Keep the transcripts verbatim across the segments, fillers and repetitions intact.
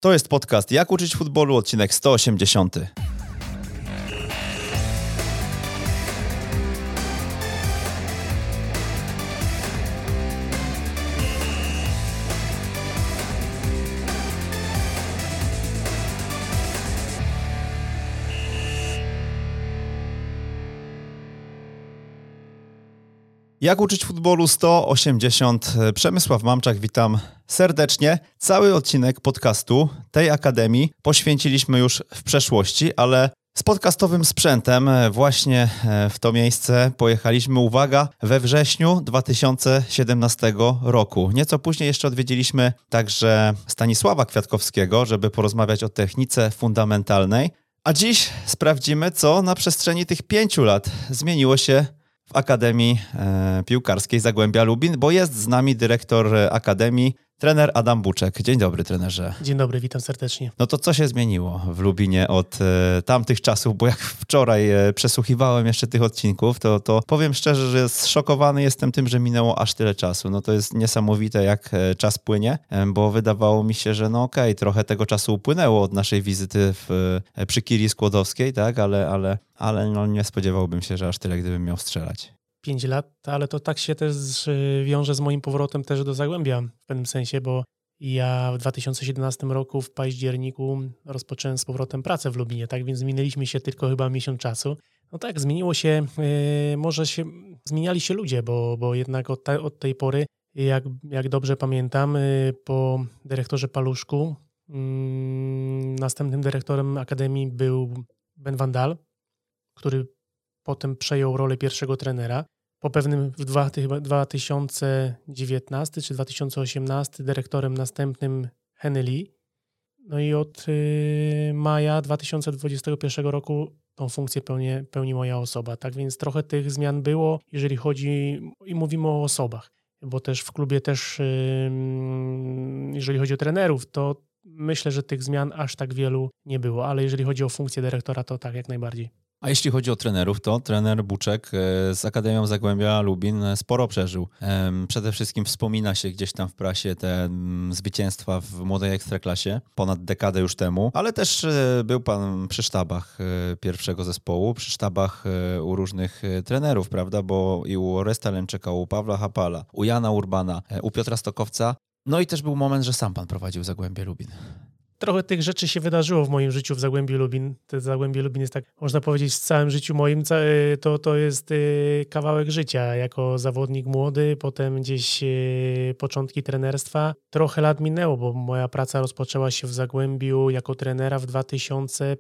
To jest podcast Jak uczyć futbolu, odcinek sto osiemdziesiąty. Jak uczyć futbolu sto osiemdziesiąt. Przemysław Mamczak, witam serdecznie. Cały odcinek podcastu tej Akademii poświęciliśmy już w przeszłości, ale z podcastowym sprzętem właśnie w to miejsce pojechaliśmy, uwaga, we wrześniu dwa tysiące siedemnastego roku. Nieco później jeszcze odwiedziliśmy także Stanisława Kwiatkowskiego, żeby porozmawiać o technice fundamentalnej. A dziś sprawdzimy, co na przestrzeni tych pięciu lat zmieniło się w Akademii e, Piłkarskiej Zagłębia Lubin, bo jest z nami dyrektor Akademii, trener Adam Buczek. Dzień dobry, trenerze. Dzień dobry, witam serdecznie. No to co się zmieniło w Lubinie od e, tamtych czasów, bo jak wczoraj e, przesłuchiwałem jeszcze tych odcinków, to, to powiem szczerze, że zszokowany jestem tym, że minęło aż tyle czasu. No to jest niesamowite, jak e, czas płynie, e, bo wydawało mi się, że no okej, okay, trochę tego czasu upłynęło od naszej wizyty w, e, przy Kirii Skłodowskiej, tak, ale, ale, ale no, nie spodziewałbym się, że aż tyle, gdybym miał strzelać. Pięć lat, ale to tak się też wiąże z moim powrotem też do Zagłębia w pewnym sensie, bo ja w dwa tysiące siedemnastym roku w październiku rozpocząłem z powrotem pracę w Lubinie, tak więc minęliśmy się tylko chyba miesiąc czasu. No tak, zmieniło się, yy, może się, zmieniali się ludzie, bo, bo jednak od, te, od tej pory, jak, jak dobrze pamiętam, yy, po dyrektorze Paluszku, yy, następnym dyrektorem Akademii był Ben Van Dal, który potem przejął rolę pierwszego trenera. Po pewnym w dwa tysiące dziewiętnastym czy dwa tysiące osiemnastym dyrektorem następnym Henny Lee. No i od y, maja dwa tysiące dwudziestego pierwszego roku tą funkcję pełni, pełni moja osoba. Tak więc trochę tych zmian było, jeżeli chodzi, i mówimy o osobach, bo też w klubie też, y, jeżeli chodzi o trenerów, to myślę, że tych zmian aż tak wielu nie było, ale jeżeli chodzi o funkcję dyrektora, to tak, jak najbardziej. A jeśli chodzi o trenerów, to trener Buczek z Akademią Zagłębia Lubin sporo przeżył. Przede wszystkim wspomina się gdzieś tam w prasie te zwycięstwa w młodej ekstraklasie, ponad dekadę już temu, ale też był pan przy sztabach pierwszego zespołu, przy sztabach u różnych trenerów, prawda, bo i u Oresta Lęczyka, u Pawła Hapala, u Jana Urbana, u Piotra Stokowca, no i też był moment, że sam pan prowadził Zagłębie Lubin. Trochę tych rzeczy się wydarzyło w moim życiu w Zagłębiu Lubin. To Zagłębie Lubin jest tak, można powiedzieć, w całym życiu moim, to, to jest kawałek życia. Jako zawodnik młody, potem gdzieś początki trenerstwa. Trochę lat minęło, bo moja praca rozpoczęła się w Zagłębiu jako trenera w dwa tysiące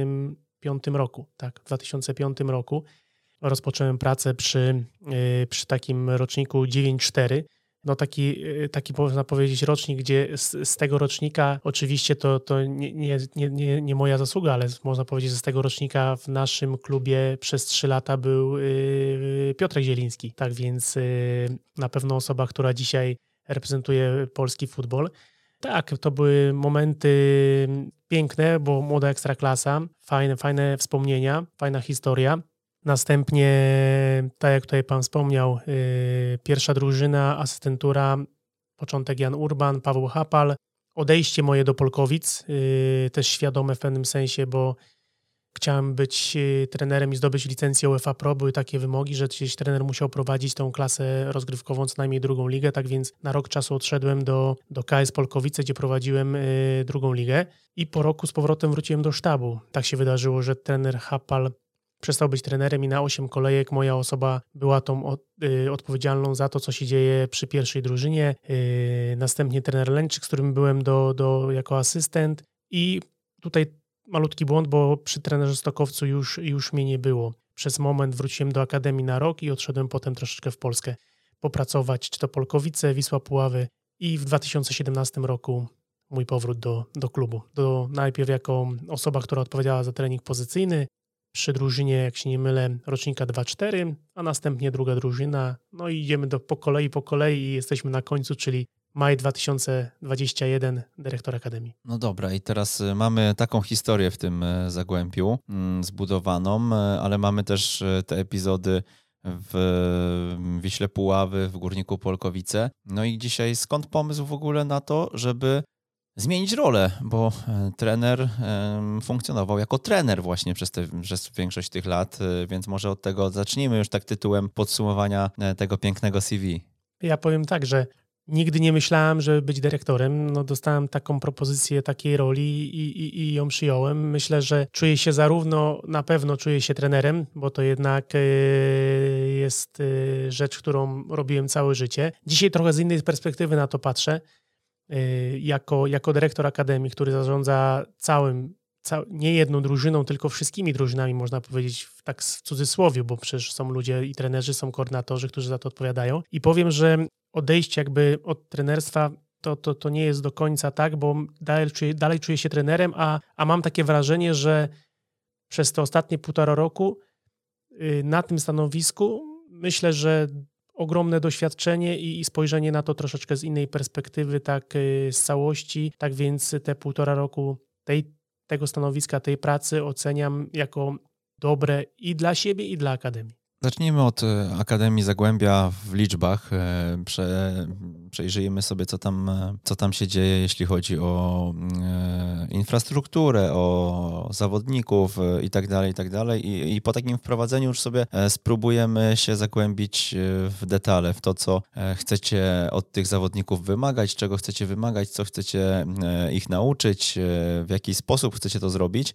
piątym roku. Tak, w dwa tysiące piątym roku rozpocząłem pracę przy, przy takim roczniku dziewięć cztery. No taki, taki można powiedzieć rocznik, gdzie z, z tego rocznika, oczywiście to, to nie, nie, nie, nie moja zasługa, ale można powiedzieć, że z tego rocznika w naszym klubie przez trzy lata był yy, Piotrek Zieliński. Tak więc yy, na pewno osoba, która dzisiaj reprezentuje polski futbol. Tak, to były momenty piękne, bo młoda ekstraklasa, fajne, fajne wspomnienia, fajna historia. Następnie, tak jak tutaj pan wspomniał, yy, pierwsza drużyna, asystentura, początek Jan Urban, Paweł Hapal, odejście moje do Polkowic, yy, też świadome w pewnym sensie, bo chciałem być yy, trenerem i zdobyć licencję UEFA Pro, były takie wymogi, że gdzieś trener musiał prowadzić tą klasę rozgrywkową, co najmniej drugą ligę, tak więc na rok czasu odszedłem do, do K S Polkowice, gdzie prowadziłem yy, drugą ligę i po roku z powrotem wróciłem do sztabu. Tak się wydarzyło, że trener Hapal przestał być trenerem i na osiem kolejek moja osoba była tą od, y, odpowiedzialną za to, co się dzieje przy pierwszej drużynie. Y, następnie trener Lęczyk, z którym byłem do, do, jako asystent i tutaj malutki błąd, bo przy trenerze Stokowcu już, już mnie nie było. Przez moment wróciłem do Akademii na rok i odszedłem potem troszeczkę w Polskę popracować, czy to Polkowice, Wisła Puławy i w dwa tysiące siedemnastym roku mój powrót do, do klubu. Do, najpierw jako osoba, która odpowiadała za trening pozycyjny, przy drużynie, jak się nie mylę, rocznika dwa cztery, a następnie druga drużyna. No i idziemy do, po kolei, po kolei i jesteśmy na końcu, czyli maj dwa tysiące dwudziesty pierwszy, dyrektor Akademii. No dobra, i teraz mamy taką historię w tym Zagłębiu zbudowaną, ale mamy też te epizody w Wiśle Puławy, w Górniku Polkowice. No i dzisiaj skąd pomysł w ogóle na to, żeby zmienić rolę, bo trener funkcjonował jako trener właśnie przez, te, przez większość tych lat, więc może od tego zacznijmy już tak tytułem podsumowania tego pięknego C V. Ja powiem tak, że nigdy nie myślałem, żeby być dyrektorem. No, dostałem taką propozycję takiej roli i, i, i ją przyjąłem. Myślę, że czuję się zarówno, na pewno czuję się trenerem, bo to jednak jest rzecz, którą robiłem całe życie. Dzisiaj trochę z innej perspektywy na to patrzę. Jako, jako dyrektor akademii, który zarządza całym, cał, nie jedną drużyną, tylko wszystkimi drużynami, można powiedzieć w tak w cudzysłowie, bo przecież są ludzie i trenerzy, są koordynatorzy, którzy za to odpowiadają. I powiem, że odejście jakby od trenerstwa to, to, to nie jest do końca tak, bo dalej czuję, dalej czuję się trenerem, a, a mam takie wrażenie, że przez te ostatnie półtora roku yy, na tym stanowisku myślę, że ogromne doświadczenie i, i spojrzenie na to troszeczkę z innej perspektywy, tak yy, z całości. Tak więc te półtora roku tej, tego stanowiska, tej pracy oceniam jako dobre i dla siebie, i dla Akademii. Zacznijmy od Akademii Zagłębia w liczbach. Prze, przejrzyjmy sobie, co tam, co tam się dzieje, jeśli chodzi o infrastrukturę, o zawodników i tak dalej, i tak dalej. I, i po takim wprowadzeniu już sobie spróbujemy się zagłębić w detale, w to, co chcecie od tych zawodników wymagać, czego chcecie wymagać, co chcecie ich nauczyć, w jaki sposób chcecie to zrobić.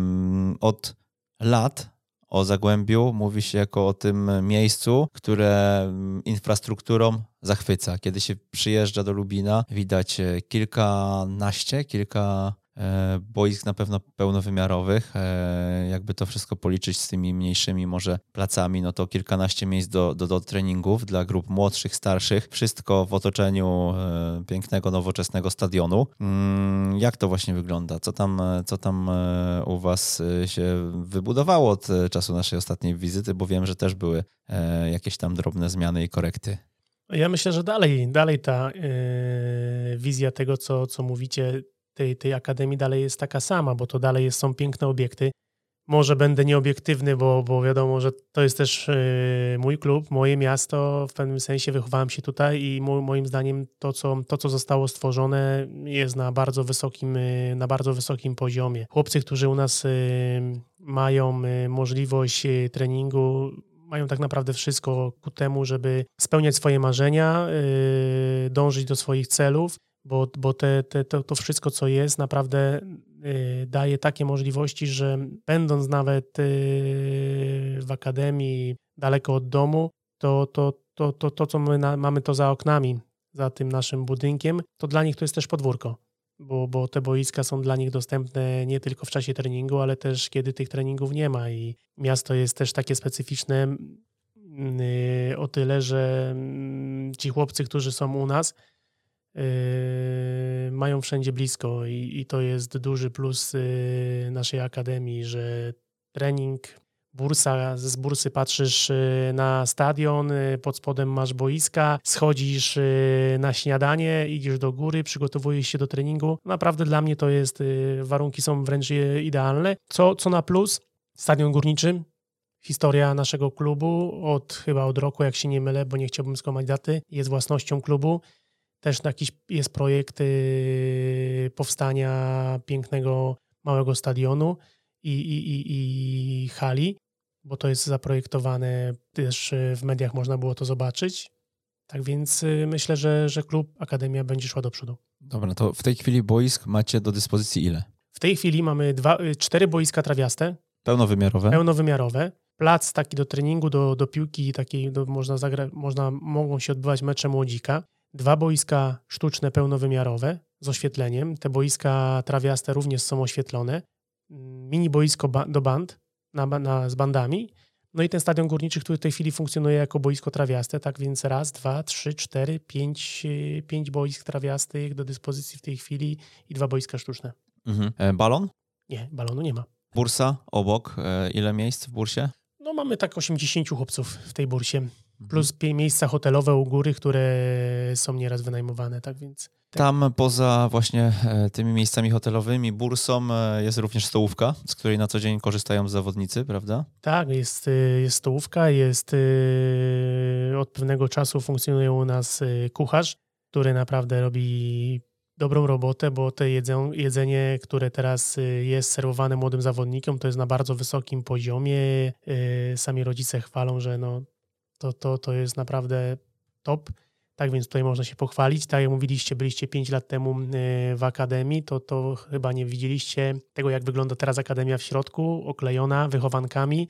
Od lat o Zagłębiu mówi się jako o tym miejscu, które infrastrukturą zachwyca. Kiedy się przyjeżdża do Lubina, widać kilkanaście, kilka boisk na pewno pełnowymiarowych. Jakby to wszystko policzyć z tymi mniejszymi może placami, no to kilkanaście miejsc do, do, do treningów dla grup młodszych, starszych. Wszystko w otoczeniu pięknego, nowoczesnego stadionu. Jak to właśnie wygląda? Co tam, co tam u was się wybudowało od czasu naszej ostatniej wizyty? Bo wiem, że też były jakieś tam drobne zmiany i korekty. Ja myślę, że dalej, dalej ta yy, wizja tego, co, co mówicie, tej, tej akademii dalej jest taka sama, bo to dalej jest, są piękne obiekty. Może będę nieobiektywny, bo, bo wiadomo, że to jest też yy, mój klub, moje miasto, w pewnym sensie wychowałem się tutaj i mo, moim zdaniem to co, to, co zostało stworzone jest na bardzo wysokim, yy, na bardzo wysokim poziomie. Chłopcy, którzy u nas yy, mają yy, możliwość yy, treningu, mają tak naprawdę wszystko ku temu, żeby spełniać swoje marzenia, yy, dążyć do swoich celów, bo, bo te, te, to, to wszystko, co jest, naprawdę yy, daje takie możliwości, że będąc nawet yy, w akademii, daleko od domu, to, to, to, to, to co my na, mamy to za oknami, za tym naszym budynkiem, to dla nich to jest też podwórko. Bo, bo te boiska są dla nich dostępne nie tylko w czasie treningu, ale też kiedy tych treningów nie ma i miasto jest też takie specyficzne yy, o tyle, że yy, ci chłopcy, którzy są u nas, yy, mają wszędzie blisko i, i to jest duży plus yy, naszej akademii, że trening, bursa, z bursy patrzysz na stadion, pod spodem masz boiska, schodzisz na śniadanie, idziesz do góry, przygotowujesz się do treningu. Naprawdę dla mnie to jest, warunki są wręcz idealne. Co, co na plus, stadion górniczy, historia naszego klubu, od chyba od roku, jak się nie mylę, bo nie chciałbym skłamać daty, jest własnością klubu. Też jakiś jest projekt powstania pięknego, małego stadionu i, i, i, i hali, bo to jest zaprojektowane, też w mediach można było to zobaczyć. Tak więc myślę, że, że klub, Akademia będzie szła do przodu. Dobra, to w tej chwili boisk macie do dyspozycji ile? W tej chwili mamy dwa, cztery boiska trawiaste. Pełnowymiarowe? Pełnowymiarowe. Plac taki do treningu, do, do piłki, takiej do, można zagrać, można, mogą się odbywać mecze młodzika. Dwa boiska sztuczne, pełnowymiarowe z oświetleniem. Te boiska trawiaste również są oświetlone. Mini boisko ba- do band na, na, z bandami. No i ten stadion górniczy, który w tej chwili funkcjonuje jako boisko trawiaste, tak więc raz, dwa, trzy, cztery, pięć, pięć boisk trawiastych do dyspozycji w tej chwili i dwa boiska sztuczne. Mhm. E, balon? Nie, balonu nie ma. Bursa obok. E, ile miejsc w bursie? No mamy tak osiemdziesięciu chłopców w tej bursie. Plus mhm. miejsca hotelowe u góry, które są nieraz wynajmowane, tak więc... Tak. Tam poza właśnie tymi miejscami hotelowymi, bursą jest również stołówka, z której na co dzień korzystają zawodnicy, prawda? Tak, jest, jest stołówka, jest od pewnego czasu funkcjonuje u nas kucharz, który naprawdę robi dobrą robotę, bo to jedzą, jedzenie, które teraz jest serwowane młodym zawodnikom, to jest na bardzo wysokim poziomie. Sami rodzice chwalą, że no, to, to, to jest naprawdę top. Tak więc tutaj można się pochwalić. Tak jak mówiliście, byliście pięć lat temu w akademii, to, to chyba nie widzieliście tego, jak wygląda teraz akademia w środku, oklejona wychowankami.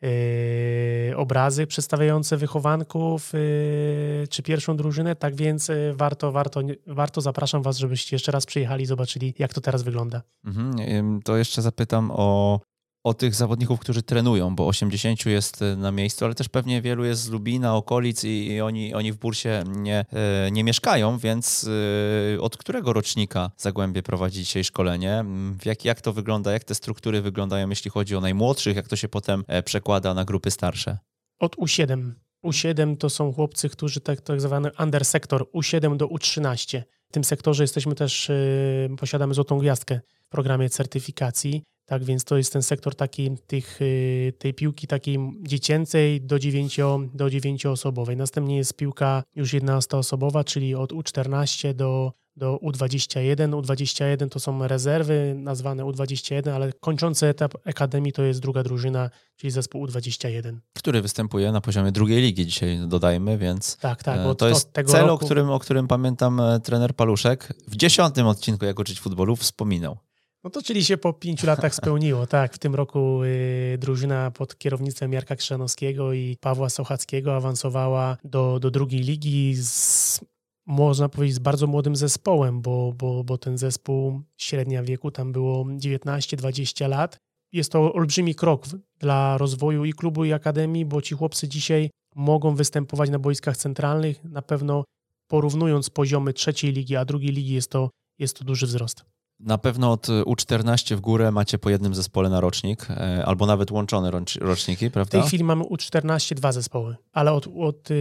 Yy, obrazy przedstawiające wychowanków yy, czy pierwszą drużynę, tak więc yy, warto, warto, warto zapraszam was, żebyście jeszcze raz przyjechali i zobaczyli, jak to teraz wygląda. Mhm. To jeszcze zapytam o, o tych zawodników, którzy trenują, bo osiemdziesięciu jest na miejscu, ale też pewnie wielu jest z Lubina, okolic i, i oni, oni w Bursie nie, nie mieszkają, więc od którego rocznika Zagłębie prowadzi dzisiaj szkolenie? Jak, jak to wygląda, jak te struktury wyglądają, jeśli chodzi o najmłodszych, jak to się potem przekłada na grupy starsze? Od U siedem. U siedem to są chłopcy, którzy tak, tak zwany undersektor, U siedem do U trzynaście. W tym sektorze jesteśmy też, yy, posiadamy złotą gwiazdkę w programie certyfikacji. Tak więc to jest ten sektor taki, tych, tej piłki takiej dziecięcej do, dziewięcio, do dziewięcioosobowej. Następnie jest piłka już jedenastoosobowa, czyli od U czternaście do, do U dwadzieścia jeden. U dwadzieścia jeden to są rezerwy nazwane U dwadzieścia jeden, ale kończący etap akademii to jest druga drużyna, czyli zespół U dwadzieścia jeden. Który występuje na poziomie drugiej ligi dzisiaj, dodajmy, więc tak, tak, bo to jest tego cel, roku... o, którym, o którym pamiętam trener Paluszek w dziesiątym odcinku Jak uczyć futbolu wspominał. No to czyli się po pięciu latach spełniło, tak. W tym roku y, drużyna pod kierownictwem Jarka Krzanowskiego i Pawła Sochackiego awansowała do, do drugiej ligi z, można powiedzieć, z bardzo młodym zespołem, bo, bo, bo ten zespół średnia wieku tam było dziewiętnaście dwadzieścia lat. Jest to olbrzymi krok w, dla rozwoju i klubu, i akademii, bo ci chłopcy dzisiaj mogą występować na boiskach centralnych. Na pewno porównując poziomy trzeciej ligi, a drugiej ligi jest to, jest to duży wzrost. Na pewno od U czternaście w górę macie po jednym zespole na rocznik, albo nawet łączone roczniki, prawda? W tej chwili mamy U czternaście dwa zespoły, ale od, od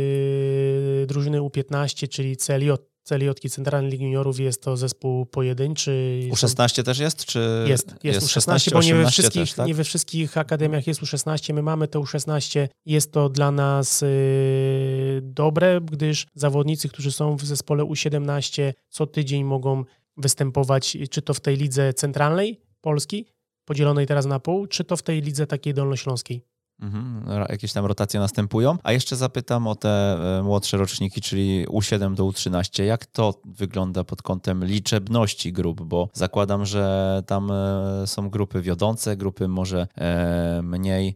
yy, drużyny U piętnaście, czyli C L J, C L J Centralnej Ligi Juniorów, jest to zespół pojedynczy. U szesnaście też jest? Czy jest, jest, jest U szesnaście, bo nie we, wszystkich, też, tak? nie we wszystkich akademiach jest U szesnaście. My mamy to U szesnaście. Jest to dla nas yy, dobre, gdyż zawodnicy, którzy są w zespole U siedemnaście, co tydzień mogą występować, czy to w tej lidze centralnej Polski, podzielonej teraz na pół, czy to w tej lidze takiej dolnośląskiej. Mhm, jakieś tam rotacje następują. A jeszcze zapytam o te młodsze roczniki, czyli U siedem do U trzynaście. Jak to wygląda pod kątem liczebności grup? Bo zakładam, że tam są grupy wiodące, grupy może mniej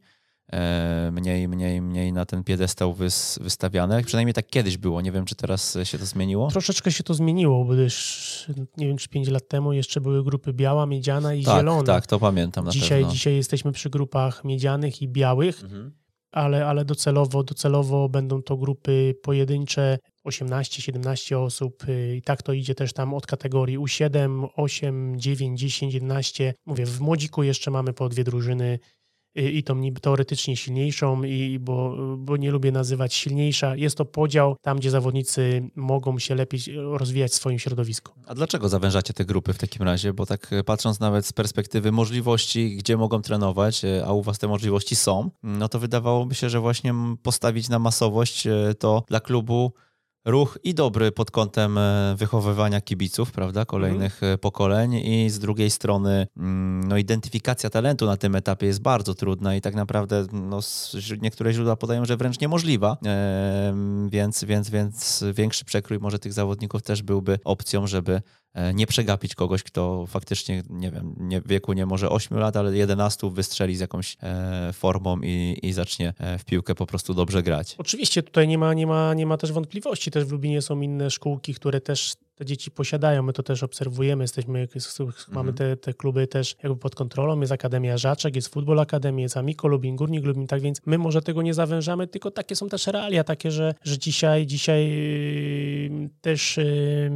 mniej, mniej, mniej na ten piedestał wys, wystawiane. Przynajmniej tak kiedyś było. Nie wiem, czy teraz się to zmieniło? Troszeczkę się to zmieniło, gdyż nie wiem, czy pięć lat temu jeszcze były grupy biała, miedziana i tak, zielona. Tak, to pamiętam na dzisiaj, pewno. Dzisiaj jesteśmy przy grupach miedzianych i białych, mhm. ale, ale docelowo, docelowo będą to grupy pojedyncze, osiemnaście siedemnaście osób i tak to idzie też tam od kategorii U siedem, osiem, dziewięć, dziesięć, jedenaście. Mówię, w młodziku jeszcze mamy po dwie drużyny i tą teoretycznie silniejszą, i bo, bo nie lubię nazywać silniejsza. Jest to podział tam, gdzie zawodnicy mogą się lepiej rozwijać w swoim środowisku. A dlaczego zawężacie te grupy w takim razie? Bo tak patrząc nawet z perspektywy możliwości, gdzie mogą trenować, a u was te możliwości są, no to wydawałoby się, że właśnie postawić na masowość to dla klubu ruch i dobry pod kątem wychowywania kibiców, prawda, kolejnych mhm. pokoleń, i z drugiej strony no, identyfikacja talentu na tym etapie jest bardzo trudna i tak naprawdę no, niektóre źródła podają, że wręcz niemożliwa, e, więc, więc, więc większy przekrój może tych zawodników też byłby opcją, żeby nie przegapić kogoś, kto faktycznie, nie wiem, nie, w wieku nie może ośmiu lat, ale jedenastu wystrzeli z jakąś e, formą i, i zacznie w piłkę po prostu dobrze grać. Oczywiście tutaj nie ma, nie ma, nie ma też wątpliwości. Też w Lubinie są inne szkółki, które też te dzieci posiadają. My to też obserwujemy. Jesteśmy, mamy te, te kluby też jakby pod kontrolą. Jest Akademia Żaczek, jest Futbol Akademia, jest Amiko Lubin, Górnik Lubin, tak więc my może tego nie zawężamy, tylko takie są też realia, takie, że, że dzisiaj, dzisiaj yy, też yy,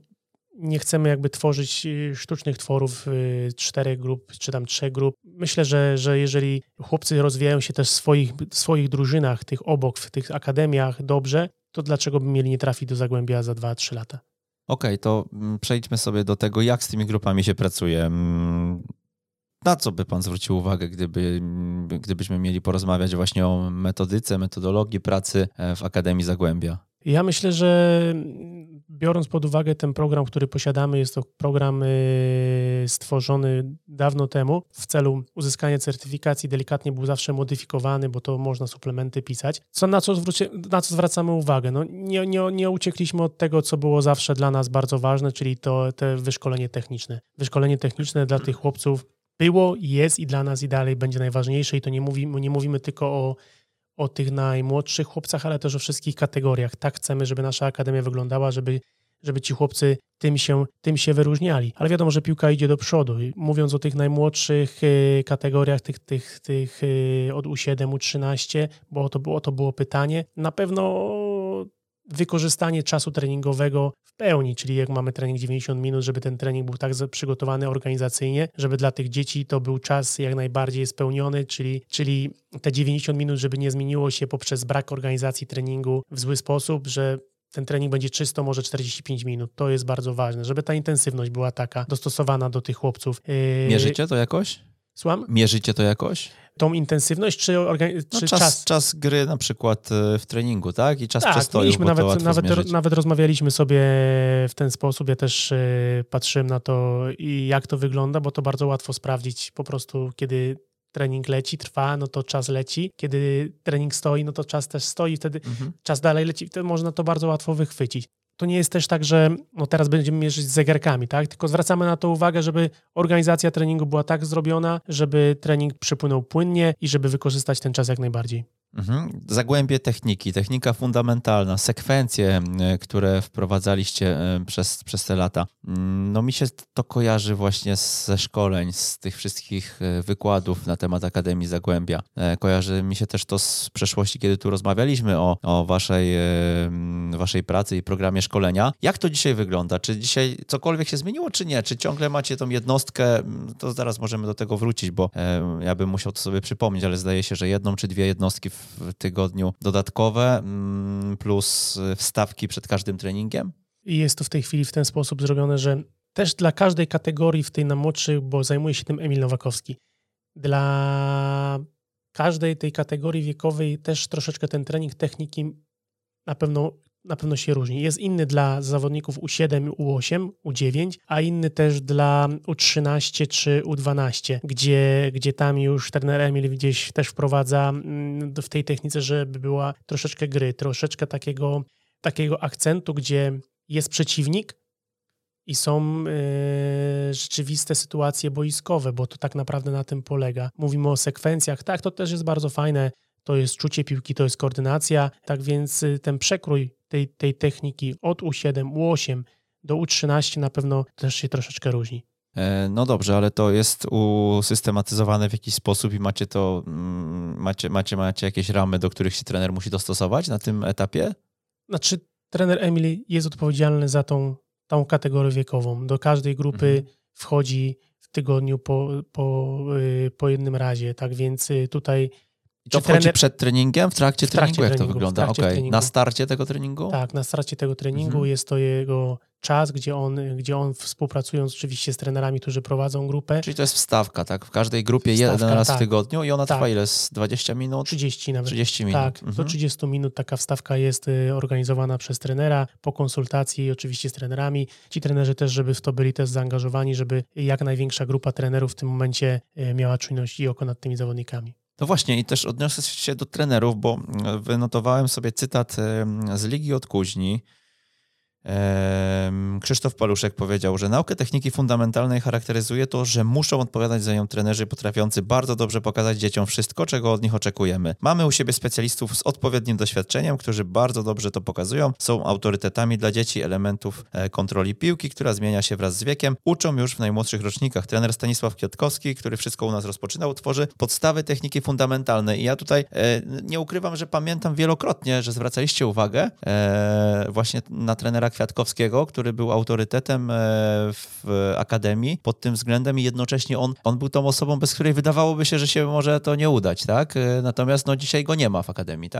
nie chcemy jakby tworzyć sztucznych tworów czterech grup, czy tam trzech grup. Myślę, że, że jeżeli chłopcy rozwijają się też w swoich, swoich drużynach, tych obok, w tych akademiach dobrze, to dlaczego by mieli nie trafić do Zagłębia za dwa trzy lata? Okej, okay, to przejdźmy sobie do tego, jak z tymi grupami się pracuje. Na co by pan zwrócił uwagę, gdyby, gdybyśmy mieli porozmawiać właśnie o metodyce, metodologii pracy w Akademii Zagłębia? Ja myślę, że biorąc pod uwagę ten program, który posiadamy, jest to program y, stworzony dawno temu w celu uzyskania certyfikacji, delikatnie był zawsze modyfikowany, bo to można suplementy pisać. Co, na, co zwróci, na co zwracamy uwagę? No, nie, nie, nie uciekliśmy od tego, co było zawsze dla nas bardzo ważne, czyli to te wyszkolenie techniczne. Wyszkolenie techniczne dla tych chłopców było, jest i dla nas i dalej będzie najważniejsze i to nie, mówi, nie mówimy tylko o o tych najmłodszych chłopcach, ale też o wszystkich kategoriach. Tak chcemy, żeby nasza akademia wyglądała, żeby, żeby ci chłopcy tym się, tym się wyróżniali. Ale wiadomo, że piłka idzie do przodu. I mówiąc o tych najmłodszych y, kategoriach, tych, tych, tych y, od U siedem, U trzynaście, bo o to, było, o to było pytanie, na pewno wykorzystanie czasu treningowego w pełni, czyli jak mamy trening dziewięćdziesiąt minut, żeby ten trening był tak przygotowany organizacyjnie, żeby dla tych dzieci to był czas jak najbardziej spełniony, czyli, czyli te dziewięćdziesiąt minut, żeby nie zmieniło się poprzez brak organizacji treningu w zły sposób, że ten trening będzie czysto może czterdzieści pięć minut. To jest bardzo ważne, żeby ta intensywność była taka dostosowana do tych chłopców. Mierzycie to jakoś? Słucham? Mierzycie to jakoś? Tą intensywność, czy, organi- no czy czas, czas? Czas gry na przykład w treningu, tak? I czas tak, przestoju, mieliśmy bo to nawet, łatwo nawet, nawet rozmawialiśmy sobie w ten sposób. Ja też y, patrzyłem na to i jak to wygląda, bo to bardzo łatwo sprawdzić. Po prostu kiedy trening leci, trwa, no to czas leci. Kiedy trening stoi, no to czas też stoi. Wtedy mhm. czas dalej leci. Wtedy można to bardzo łatwo wychwycić. To nie jest też tak, że no teraz będziemy mierzyć z zegarkami, tak? Tylko zwracamy na to uwagę, żeby organizacja treningu była tak zrobiona, żeby trening przepłynął płynnie i żeby wykorzystać ten czas jak najbardziej. Mhm. Zagłębie techniki, technika fundamentalna, sekwencje, które wprowadzaliście przez, przez te lata. No mi się to kojarzy właśnie ze szkoleń, z tych wszystkich wykładów na temat Akademii Zagłębia. Kojarzy mi się też to z przeszłości, kiedy tu rozmawialiśmy o, o waszej, waszej pracy i programie szkolenia. Jak to dzisiaj wygląda? Czy dzisiaj cokolwiek się zmieniło, czy nie? Czy ciągle macie tą jednostkę? To zaraz możemy do tego wrócić, bo ja bym musiał to sobie przypomnieć, ale zdaje się, że jedną czy dwie jednostki w tygodniu dodatkowe plus wstawki przed każdym treningiem? I jest to w tej chwili w ten sposób zrobione, że też dla każdej kategorii w tej najmłodszej, bo zajmuje się tym Emil Nowakowski, dla każdej tej kategorii wiekowej też troszeczkę ten trening techniki na pewno na pewno się różni. Jest inny dla zawodników U siedem, U osiem, U dziewięć, a inny też dla U trzynaście czy U dwanaście, gdzie, gdzie tam już trener Emil gdzieś też wprowadza w tej technice, żeby była troszeczkę gry, troszeczkę takiego, takiego akcentu, gdzie jest przeciwnik i są yy, rzeczywiste sytuacje boiskowe, bo to tak naprawdę na tym polega. Mówimy o sekwencjach, tak, to też jest bardzo fajne, to jest czucie piłki, to jest koordynacja, tak więc ten przekrój tej, tej techniki od U siedem, U osiem do U trzynaście na pewno też się troszeczkę różni. No dobrze, ale to jest usystematyzowane w jakiś sposób i macie to, macie, macie, macie jakieś ramy, do których się trener musi dostosować na tym etapie? Znaczy trener Emil jest odpowiedzialny za tą, tą kategorię wiekową. Do każdej grupy mhm. wchodzi w tygodniu po, po, po jednym razie, tak więc tutaj I to wchodzi trener... przed treningiem, w trakcie, w trakcie treningu? Jak treningu, to wygląda? Okay. Na starcie tego treningu? Tak, na starcie tego treningu mhm. jest to jego czas, gdzie on, gdzie on współpracując oczywiście z trenerami, którzy prowadzą grupę. Czyli to jest wstawka, tak? W każdej grupie wstawka, jeden raz tak. w tygodniu i ona tak. trwa ile? dwadzieścia minut? trzydzieści nawet. trzydzieści minut. Tak, mhm. do trzydziestu minut taka wstawka jest organizowana przez trenera po konsultacji oczywiście z trenerami. Ci trenerzy też, żeby w to byli też zaangażowani, żeby jak największa grupa trenerów w tym momencie miała czujność i oko nad tymi zawodnikami. No właśnie i też odniosę się do trenerów, bo wynotowałem sobie cytat z Ligi od Kuźni. Krzysztof Paluszek powiedział, że naukę techniki fundamentalnej charakteryzuje to, że muszą odpowiadać za nią trenerzy potrafiący bardzo dobrze pokazać dzieciom wszystko, czego od nich oczekujemy. Mamy u siebie specjalistów z odpowiednim doświadczeniem, którzy bardzo dobrze to pokazują, są autorytetami dla dzieci elementów kontroli piłki, która zmienia się wraz z wiekiem, uczą już w najmłodszych rocznikach. Trener Stanisław Kwiatkowski, który wszystko u nas rozpoczynał, tworzy podstawy techniki fundamentalnej i ja tutaj e, nie ukrywam, że pamiętam wielokrotnie, że zwracaliście uwagę e, właśnie na trenera Kwiatkowskiego, który był autorytetem w Akademii pod tym względem i jednocześnie on, on był tą osobą, bez której wydawałoby się, że się może to nie udać, tak? Natomiast no, dzisiaj go nie ma w Akademii, tak?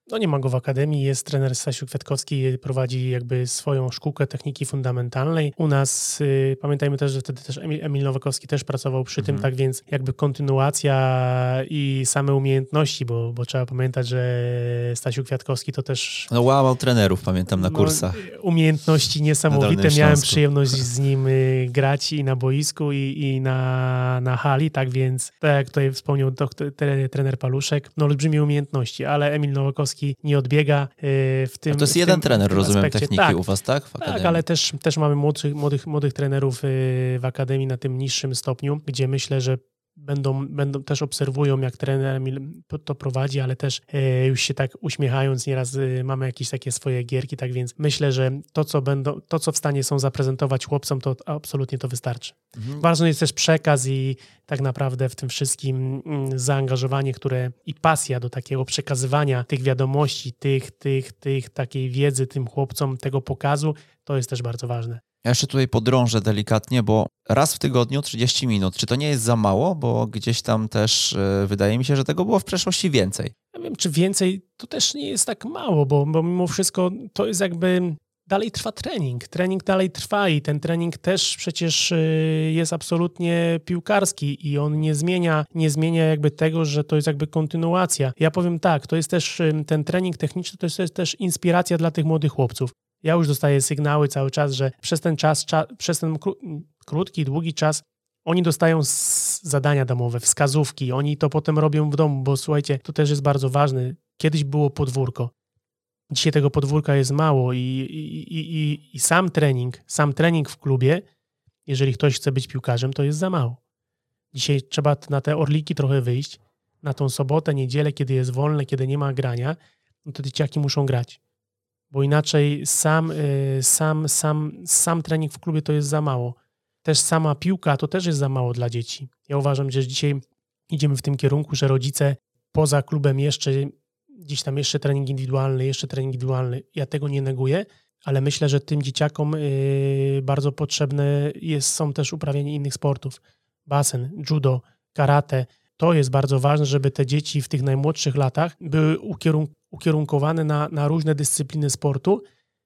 No nie ma go w akademii, jest trener Stasiu Kwiatkowski, prowadzi jakby swoją szkółkę techniki fundamentalnej. U nas, y, pamiętajmy też, że wtedy też Emil, Emil Nowakowski też pracował przy mhm. tym, tak więc jakby kontynuacja i same umiejętności, bo, bo trzeba pamiętać, że Stasiu Kwiatkowski to też... No łamał trenerów, pamiętam na kursach. No, umiejętności niesamowite, miałem przyjemność z nim y, grać i na boisku i, i na, na hali, tak więc tak jak tutaj wspomniał doktor, trener Paluszek, no olbrzymie umiejętności, ale Emil Nowakowski nie odbiega w tym. A to jest w jeden tym, trener, w tym rozumiem, aspekcie. techniki tak, u was, tak? W tak, ale też, też mamy młodszych, młodych, młodych trenerów w akademii na tym niższym stopniu, gdzie myślę, że będą, będą też obserwują, jak trener to prowadzi, ale też już się tak uśmiechając, nieraz mamy jakieś takie swoje gierki, tak więc myślę, że to, co będą, to, co w stanie są zaprezentować chłopcom, to absolutnie to wystarczy. Mhm. Ważny jest też przekaz i tak naprawdę w tym wszystkim zaangażowanie, które i pasja do takiego przekazywania tych wiadomości, tych, tych, tych, takiej wiedzy tym chłopcom, tego pokazu, to jest też bardzo ważne. Ja jeszcze tutaj podrążę delikatnie, bo raz w tygodniu trzydzieści minut, czy to nie jest za mało? Bo gdzieś tam też yy, wydaje mi się, że tego było w przeszłości więcej. Ja wiem, czy więcej, to też nie jest tak mało, bo, bo mimo wszystko to jest jakby... Dalej trwa trening. Trening dalej trwa i ten trening też przecież jest absolutnie piłkarski i on nie zmienia, nie zmienia jakby tego, że to jest jakby kontynuacja. Ja powiem tak, to jest też ten trening techniczny, to jest, to jest też inspiracja dla tych młodych chłopców. Ja już dostaję sygnały cały czas, że przez ten czas, cza, przez ten kró- krótki, długi czas oni dostają zadania domowe, wskazówki, oni to potem robią w domu, bo słuchajcie, to też jest bardzo ważne. Kiedyś było podwórko. Dzisiaj tego podwórka jest mało i, i, i, i sam trening, sam trening w klubie, jeżeli ktoś chce być piłkarzem, to jest za mało. Dzisiaj trzeba na te orliki trochę wyjść, na tą sobotę, niedzielę, kiedy jest wolne, kiedy nie ma grania, no to dzieciaki muszą grać. Bo inaczej sam, sam, sam, sam trening w klubie to jest za mało. Też sama piłka to też jest za mało dla dzieci. Ja uważam, że dzisiaj idziemy w tym kierunku, że rodzice poza klubem jeszcze gdzieś tam jeszcze trening indywidualny, jeszcze trening indywidualny. Ja tego nie neguję, ale myślę, że tym dzieciakom yy, bardzo potrzebne jest, są też uprawianie innych sportów. Basen, judo, karate. To jest bardzo ważne, żeby te dzieci w tych najmłodszych latach były ukierun- ukierunkowane na, na różne dyscypliny sportu,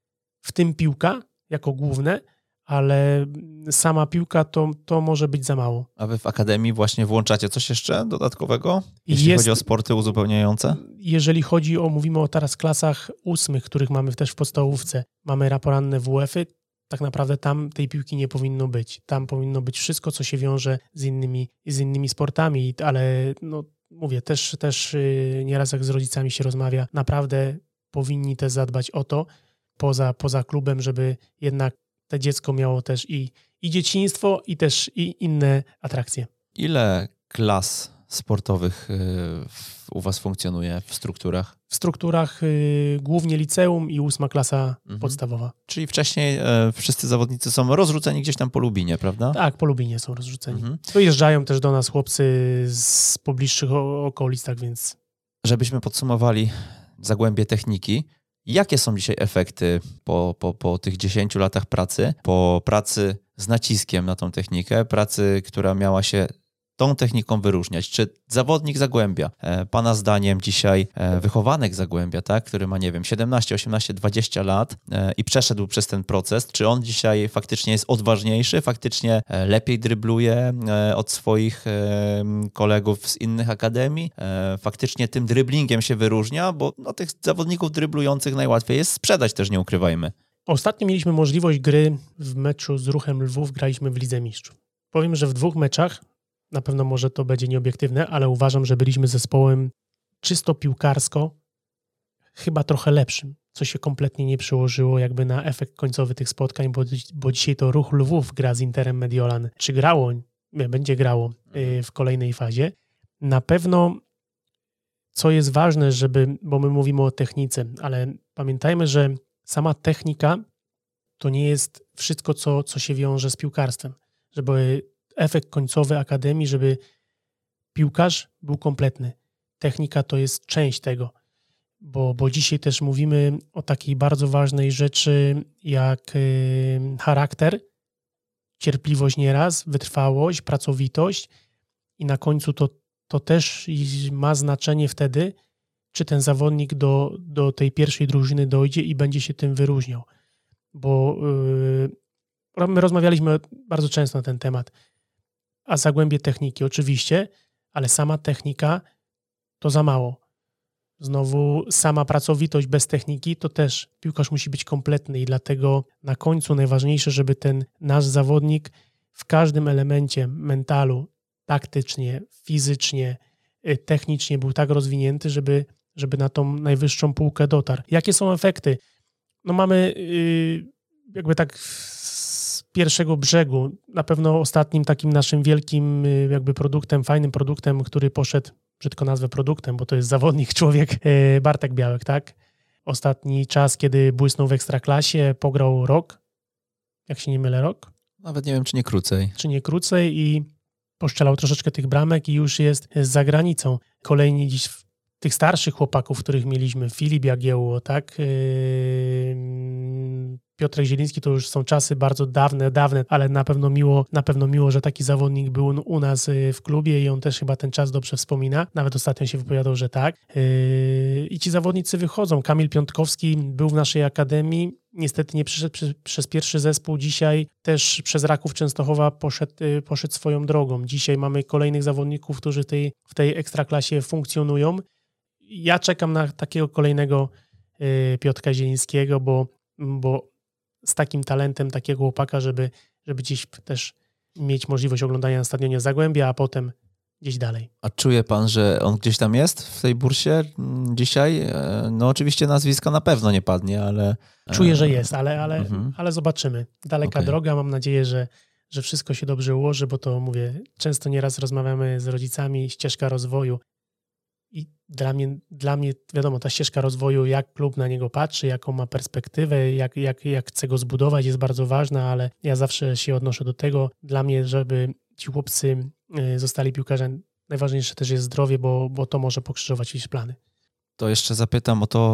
w tym piłka jako główne, ale sama piłka to, to może być za mało. A wy w akademii właśnie włączacie coś jeszcze dodatkowego, jeśli jest, chodzi o sporty uzupełniające? Jeżeli chodzi o, mówimy o teraz klasach ósmych, których mamy też w podstawówce, mamy raporanne W F-y, tak naprawdę tam tej piłki nie powinno być. Tam powinno być wszystko, co się wiąże z innymi, z innymi sportami, ale no, mówię, też, też nieraz jak z rodzicami się rozmawia, naprawdę powinni też zadbać o to, poza, poza klubem, żeby jednak to dziecko miało też i, i dzieciństwo, i też i inne atrakcje. Ile klas sportowych w, u was funkcjonuje w strukturach? W strukturach y, głównie liceum i ósma klasa mhm. podstawowa. Czyli wcześniej e, wszyscy zawodnicy są rozrzuceni gdzieś tam po Lubinie, prawda? Tak, po Lubinie są rozrzuceni. Mhm. Wyjeżdżają też do nas chłopcy z pobliższych okolic, tak więc... Żebyśmy podsumowali Zagłębie Techniki, jakie są dzisiaj efekty po, po, po tych dziesięciu latach pracy, po pracy z naciskiem na tą technikę, pracy, która miała się tą techniką wyróżniać? Czy zawodnik Zagłębia, e, pana zdaniem dzisiaj e, wychowanek Zagłębia, tak, który ma, nie wiem, siedemnaście, osiemnaście, dwadzieścia lat e, i przeszedł przez ten proces, czy on dzisiaj faktycznie jest odważniejszy, faktycznie e, lepiej drybluje e, od swoich e, kolegów z innych akademii, e, faktycznie tym dryblingiem się wyróżnia, bo no, tych zawodników dryblujących najłatwiej jest sprzedać, też nie ukrywajmy. Ostatnio mieliśmy możliwość gry w meczu z Ruchem Lwów, graliśmy w Lidze Mistrzów. Powiem, że w dwóch meczach, na pewno może to będzie nieobiektywne, ale uważam, że byliśmy zespołem czysto piłkarsko chyba trochę lepszym, co się kompletnie nie przełożyło jakby na efekt końcowy tych spotkań, bo, bo dzisiaj to Ruch Lwów gra z Interem Mediolan. Czy grało? Nie, będzie grało yy, w kolejnej fazie. Na pewno, co jest ważne, żeby, bo my mówimy o technice, ale pamiętajmy, że sama technika to nie jest wszystko, co, co się wiąże z piłkarstwem. Żeby efekt końcowy akademii, żeby piłkarz był kompletny. Technika to jest część tego, bo, bo dzisiaj też mówimy o takiej bardzo ważnej rzeczy jak y, charakter, cierpliwość nieraz, wytrwałość, pracowitość i na końcu to, to też ma znaczenie wtedy, czy ten zawodnik do, do tej pierwszej drużyny dojdzie i będzie się tym wyróżniał. Bo yy, my rozmawialiśmy bardzo często na ten temat. A zagłębie techniki oczywiście, ale sama technika to za mało. Znowu sama pracowitość bez techniki to też piłkarz musi być kompletny i dlatego na końcu najważniejsze, żeby ten nasz zawodnik w każdym elemencie mentalu, taktycznie, fizycznie, technicznie był tak rozwinięty, żeby, żeby na tą najwyższą półkę dotarł. Jakie są efekty? No mamy yy, jakby tak z pierwszego brzegu, na pewno ostatnim takim naszym wielkim yy, jakby produktem, fajnym produktem, który poszedł, brzydko nazwę produktem, bo to jest zawodnik, człowiek, yy, Bartek Białek, tak? Ostatni czas, kiedy błysnął w Ekstraklasie, pograł rok, jak się nie mylę, rok? Nawet nie wiem, czy nie krócej. Czy nie krócej i poszczelał troszeczkę tych bramek i już jest za granicą. Kolejni dziś tych starszych chłopaków, których mieliśmy, Filip Jagiełło, tak? Yy, Piotrek Zieliński, to już są czasy bardzo dawne, dawne, ale na pewno miło, na pewno miło, że taki zawodnik był u nas w klubie i on też chyba ten czas dobrze wspomina. Nawet ostatnio się wypowiadał, że tak. Yy, I ci zawodnicy wychodzą. Kamil Piątkowski był w naszej akademii. Niestety nie przyszedł przez, przez pierwszy zespół. Dzisiaj też przez Raków Częstochowa poszedł, poszedł swoją drogą. Dzisiaj mamy kolejnych zawodników, którzy tej, w tej ekstraklasie funkcjonują. Ja czekam na takiego kolejnego y, Piotrka Zielińskiego, bo, bo z takim talentem takiego chłopaka, żeby, żeby gdzieś też mieć możliwość oglądania na stadionie Zagłębia, a potem gdzieś dalej. A czuje pan, że on gdzieś tam jest w tej bursie dzisiaj? No oczywiście nazwiska na pewno nie padnie, ale... Czuję, że jest, ale, ale, mhm. ale zobaczymy. Daleka Okay. droga, mam nadzieję, że, że wszystko się dobrze ułoży, bo to mówię, często nieraz rozmawiamy z rodzicami, ścieżka rozwoju i dla mnie, dla mnie wiadomo, ta ścieżka rozwoju, jak klub na niego patrzy, jaką ma perspektywę, jak, jak, jak chce go zbudować, jest bardzo ważna, ale ja zawsze się odnoszę do tego. Dla mnie, żeby ci chłopcy zostali piłkarzami, najważniejsze też jest zdrowie, bo, bo to może pokrzyżować ich plany. To jeszcze zapytam o to,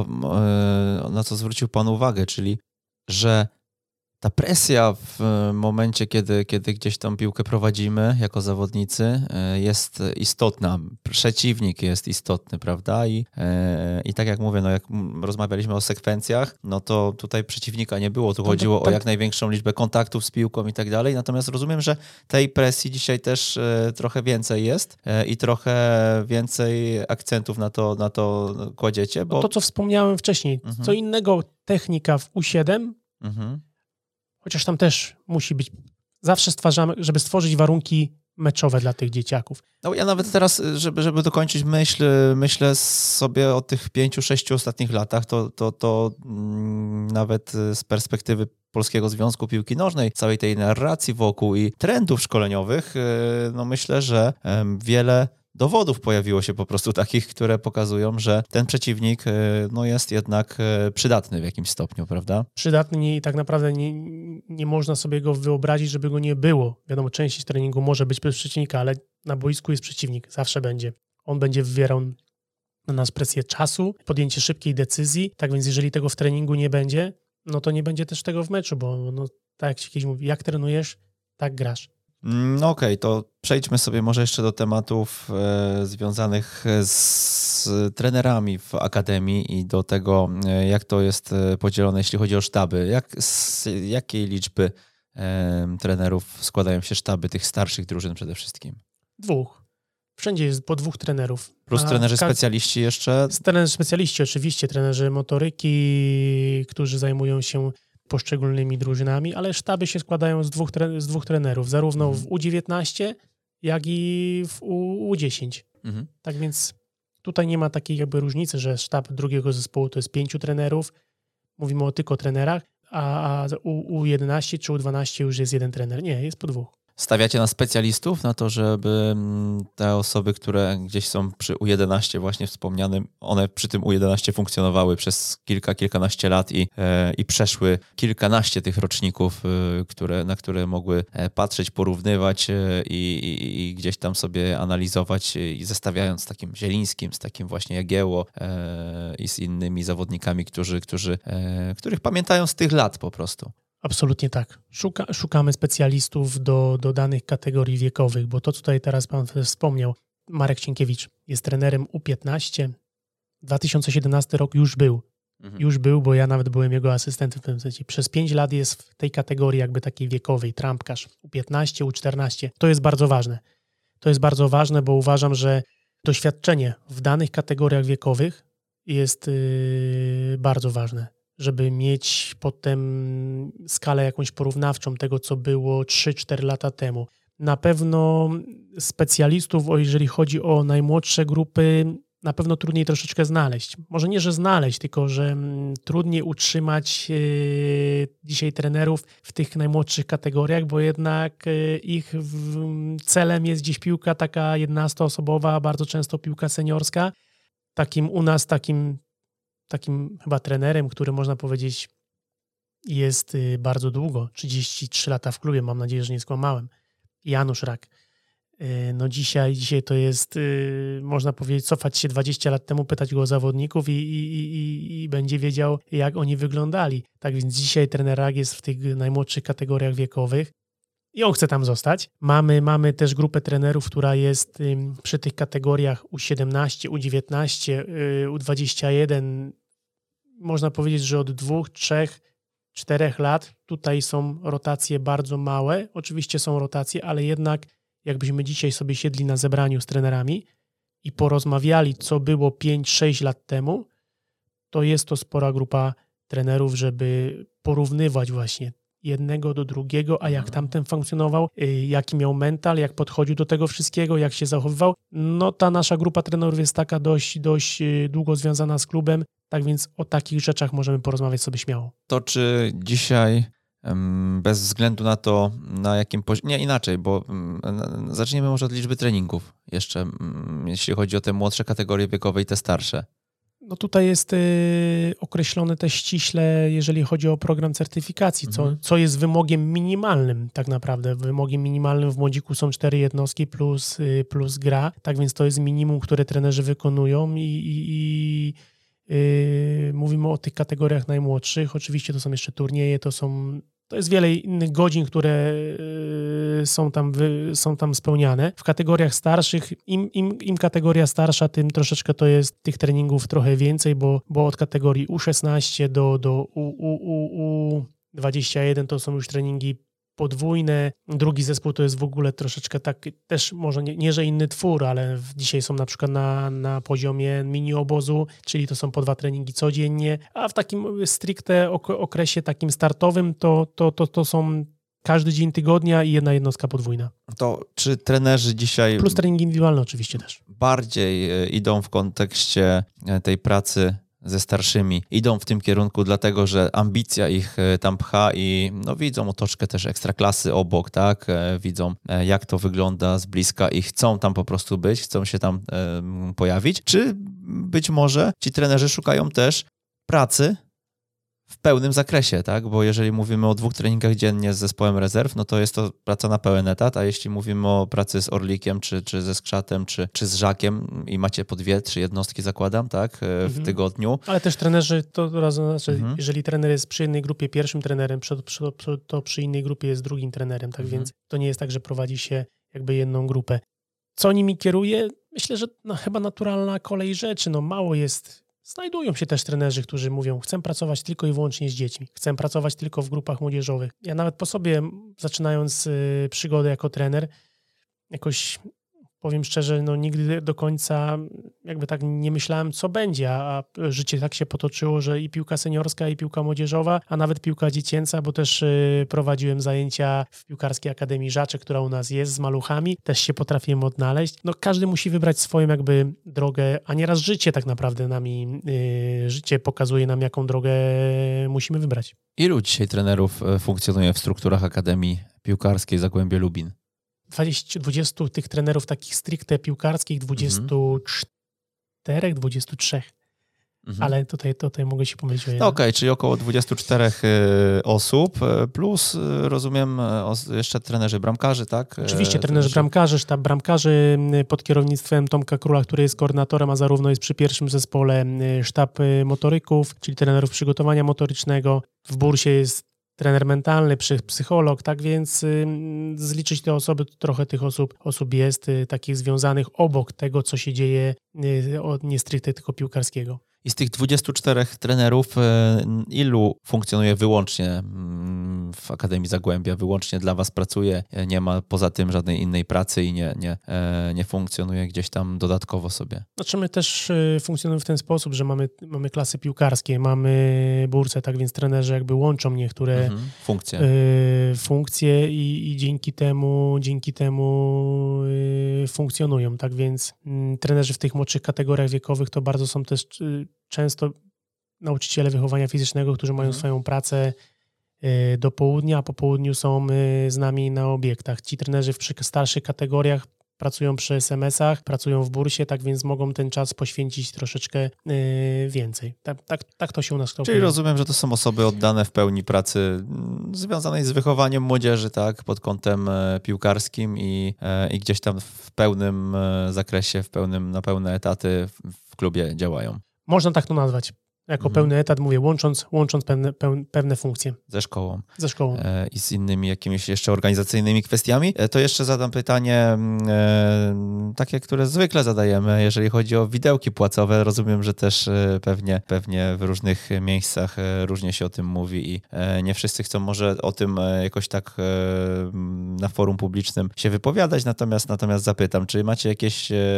na co zwrócił pan uwagę, czyli że ta presja w momencie, kiedy, kiedy gdzieś tą piłkę prowadzimy jako zawodnicy, jest istotna. Przeciwnik jest istotny, prawda? I, i tak jak mówię, no jak rozmawialiśmy o sekwencjach, no to tutaj przeciwnika nie było. Tu chodziło o jak największą liczbę kontaktów z piłką i tak dalej. Natomiast rozumiem, że tej presji dzisiaj też trochę więcej jest i trochę więcej akcentów na to, na to kładziecie. Bo... No to, co wspomniałem wcześniej. Mhm. Co innego technika w U siedem, mhm. chociaż tam też musi być, zawsze stwarzamy, żeby stworzyć warunki meczowe dla tych dzieciaków. No ja nawet teraz, żeby, żeby dokończyć myśl, myślę sobie o tych pięciu, sześciu ostatnich latach, to, to, to mm, nawet z perspektywy Polskiego Związku Piłki Nożnej, całej tej narracji wokół i trendów szkoleniowych, no myślę, że wiele dowodów pojawiło się po prostu takich, które pokazują, że ten przeciwnik no, jest jednak przydatny w jakimś stopniu, prawda? Przydatny i tak naprawdę nie, nie można sobie go wyobrazić, żeby go nie było. Wiadomo, część treningu może być bez przeciwnika, ale na boisku jest przeciwnik, zawsze będzie. On będzie wywierał na nas presję czasu, podjęcie szybkiej decyzji, tak więc jeżeli tego w treningu nie będzie, no to nie będzie też tego w meczu, bo no, tak jak się kiedyś mówi, jak trenujesz, tak grasz. No okej, okay, to przejdźmy sobie może jeszcze do tematów e, związanych z trenerami w Akademii i do tego, e, jak to jest podzielone, jeśli chodzi o sztaby. Jak, z jakiej liczby e, trenerów składają się sztaby tych starszych drużyn przede wszystkim? Dwóch. Wszędzie jest po dwóch trenerów. Plus A trenerzy ka- specjaliści jeszcze? Trenerzy specjaliści oczywiście, trenerzy motoryki, którzy zajmują się poszczególnymi drużynami, ale sztaby się składają z dwóch, tre- z dwóch trenerów, zarówno w U dziewiętnaście, jak i w U dziesięć. Mhm. Tak więc tutaj nie ma takiej jakby różnicy, że sztab drugiego zespołu to jest pięciu trenerów, mówimy o tylko trenerach, a, a u U11 czy U dwanaście już jest jeden trener. Nie, jest po dwóch. Stawiacie na specjalistów, na to, żeby te osoby, które gdzieś są przy U jedenaście właśnie wspomnianym, one przy tym U jedenaście funkcjonowały przez kilka, kilkanaście lat i, e, i przeszły kilkanaście tych roczników, e, które, na które mogły patrzeć, porównywać e, i, i gdzieś tam sobie analizować i zestawiając z takim Zielińskim, z takim właśnie Jagiełło e, i z innymi zawodnikami, którzy, którzy, e, których pamiętają z tych lat po prostu. Absolutnie tak. Szuka, szukamy specjalistów do, do danych kategorii wiekowych, bo to tutaj teraz pan wspomniał, Marek Cienkiewicz jest trenerem U piętnaście, dwa tysiące siedemnasty rok już był. Mhm. Już był, bo ja nawet byłem jego asystentem w tym sensie. Przez pięć lat jest w tej kategorii jakby takiej wiekowej, trampkarz, U piętnaście, U czternaście. To jest bardzo ważne. To jest bardzo ważne, bo uważam, że doświadczenie w danych kategoriach wiekowych jest yy, bardzo ważne, żeby mieć potem skalę jakąś porównawczą tego, co było trzy cztery lata temu. Na pewno specjalistów, o jeżeli chodzi o najmłodsze grupy, na pewno trudniej troszeczkę znaleźć. Może nie, że znaleźć, tylko że mm, trudniej utrzymać yy, dzisiaj trenerów w tych najmłodszych kategoriach, bo jednak yy, ich w, celem jest gdzieś piłka taka jedenastoosobowa, bardzo często piłka seniorska. Takim u nas, takim, takim chyba trenerem, który można powiedzieć jest yy, bardzo długo, trzydzieści trzy lata w klubie, mam nadzieję, że nie skłamałem, Janusz Rak. No dzisiaj, dzisiaj to jest, yy, można powiedzieć, cofać się dwadzieścia lat temu, pytać go o zawodników i, i, i, i będzie wiedział, jak oni wyglądali. Tak więc dzisiaj trener Rak jest w tych najmłodszych kategoriach wiekowych i on chce tam zostać. Mamy, mamy też grupę trenerów, która jest yy, przy tych kategoriach U siedemnaście, U dziewiętnaście, yy, U dwadzieścia jeden. Można powiedzieć, że od dwóch, trzech, czterech lat tutaj są rotacje bardzo małe. Oczywiście są rotacje, ale jednak jakbyśmy dzisiaj sobie siedli na zebraniu z trenerami i porozmawiali, co było pięć sześć lat temu, to jest to spora grupa trenerów, żeby porównywać właśnie jednego do drugiego, a jak tamten funkcjonował, jaki miał mental, jak podchodził do tego wszystkiego, jak się zachowywał. No ta nasza grupa trenerów jest taka dość, dość długo związana z klubem, tak więc o takich rzeczach możemy porozmawiać sobie śmiało. To czy dzisiaj bez względu na to, na jakim poziomie, nie inaczej, bo zaczniemy może od liczby treningów jeszcze, jeśli chodzi o te młodsze kategorie wiekowe i te starsze. No tutaj jest y, określone też ściśle, jeżeli chodzi o program certyfikacji, co, Mhm. co jest wymogiem minimalnym tak naprawdę. Wymogiem minimalnym w młodziku są cztery jednostki plus, y, plus gra, tak więc to jest minimum, które trenerzy wykonują i, i, i y, mówimy o tych kategoriach najmłodszych. Oczywiście to są jeszcze turnieje, to są... To jest wiele innych godzin, które są tam, wy, są tam spełniane. W kategoriach starszych, im, im, im kategoria starsza, tym troszeczkę to jest tych treningów trochę więcej, bo, bo od kategorii U szesnaście do, do U, U, U, U dwadzieścia jeden to są już treningi podwójne. Drugi zespół to jest w ogóle troszeczkę tak, też może nie, nie że inny twór, ale dzisiaj są na przykład na, na poziomie mini obozu, czyli to są po dwa treningi codziennie, a w takim stricte okresie takim startowym to, to, to, to są każdy dzień tygodnia i jedna jednostka podwójna. To czy trenerzy dzisiaj... Plus treningi indywidualne oczywiście też. Bardziej idą w kontekście tej pracy ze starszymi, idą w tym kierunku, dlatego że ambicja ich tam pcha i no, widzą otoczkę też ekstraklasy obok, tak? Widzą, jak to wygląda z bliska i chcą tam po prostu być, chcą się tam e, pojawić. Czy być może ci trenerzy szukają też pracy w pełnym zakresie, tak? Bo jeżeli mówimy o dwóch treningach dziennie z zespołem rezerw, no to jest to praca na pełen etat, a jeśli mówimy o pracy z Orlikiem, czy, czy ze Skrzatem, czy, czy z Żakiem i macie po dwie, trzy jednostki, zakładam, tak? W Mhm. tygodniu. Ale też trenerzy, to razem, znaczy, Mhm. jeżeli trener jest przy jednej grupie pierwszym trenerem, przy, przy, to przy innej grupie jest drugim trenerem, tak Mhm. więc to nie jest tak, że prowadzi się jakby jedną grupę. Co nimi kieruje? Myślę, że no, chyba naturalna kolej rzeczy, no mało jest. Znajdują się też trenerzy, którzy mówią, chcę pracować tylko i wyłącznie z dziećmi, chcę pracować tylko w grupach młodzieżowych. Ja nawet po sobie, zaczynając y, przygodę jako trener, jakoś powiem szczerze, no nigdy do końca jakby tak nie myślałem, co będzie, a, a życie tak się potoczyło, że i piłka seniorska, i piłka młodzieżowa, a nawet piłka dziecięca, bo też y, prowadziłem zajęcia w piłkarskiej Akademii Żaczek, która u nas jest z maluchami, też się potrafiłem odnaleźć. No każdy musi wybrać swoją jakby drogę, a nieraz życie tak naprawdę nami, y, życie pokazuje nam, jaką drogę musimy wybrać. Ilu dzisiaj trenerów funkcjonuje w strukturach Akademii Piłkarskiej Zagłębie Lubin? dwadzieścia, dwudziestu tych trenerów takich stricte piłkarskich, dwudziestu czterech, dwudziestu trzech. Mhm. Ale tutaj, tutaj mogę się pomylić o jedno. No okej, okay, czyli około dwudziestu czterech osób, plus rozumiem jeszcze trenerzy bramkarzy, tak? Oczywiście trenerzy bramkarzy, sztab bramkarzy pod kierownictwem Tomka Króla, który jest koordynatorem, a zarówno jest przy pierwszym zespole sztab motoryków, czyli trenerów przygotowania motorycznego. W bursie jest trener mentalny, psycholog, tak więc zliczyć te osoby, trochę tych osób, osób jest takich związanych obok tego, co się dzieje od nie stricte tylko piłkarskiego. I z tych dwudziestu czterech trenerów ilu funkcjonuje wyłącznie w Akademii Zagłębia, wyłącznie dla was pracuje, nie ma poza tym żadnej innej pracy i nie, nie, nie funkcjonuje gdzieś tam dodatkowo sobie? Znaczy my też funkcjonujemy w ten sposób, że mamy, mamy klasy piłkarskie, mamy bursę, tak więc trenerzy jakby łączą niektóre mhm. funkcje, y, funkcje i, i dzięki temu, dzięki temu y, funkcjonują. Tak więc y, trenerzy w tych młodszych kategoriach wiekowych to bardzo są też y, często nauczyciele wychowania fizycznego, którzy mają mhm. swoją pracę y, do południa, a po południu są y, z nami na obiektach. Ci trenerzy w starszych kategoriach pracują przy es em esach, pracują w bursie, tak więc mogą ten czas poświęcić troszeczkę yy, więcej. Tak, tak, tak to się u nas kształtuje. Czyli rozumiem, że to są osoby oddane w pełni pracy związanej z wychowaniem młodzieży, tak, pod kątem e, piłkarskim i, e, i gdzieś tam w pełnym e, zakresie, w pełnym, na pełne etaty w, w klubie działają. Można tak to nazwać. Jako mhm. pełny etat, mówię, łącząc, łącząc pewne, peł, pewne funkcje. Ze szkołą. Ze szkołą. E, I z innymi jakimiś jeszcze organizacyjnymi kwestiami. E, to jeszcze zadam pytanie e, takie, które zwykle zadajemy, jeżeli chodzi o widełki płacowe. Rozumiem, że też e, pewnie, pewnie w różnych miejscach e, różnie się o tym mówi i e, nie wszyscy chcą może o tym e, jakoś tak e, na forum publicznym się wypowiadać, natomiast, natomiast zapytam, czy macie jakieś e,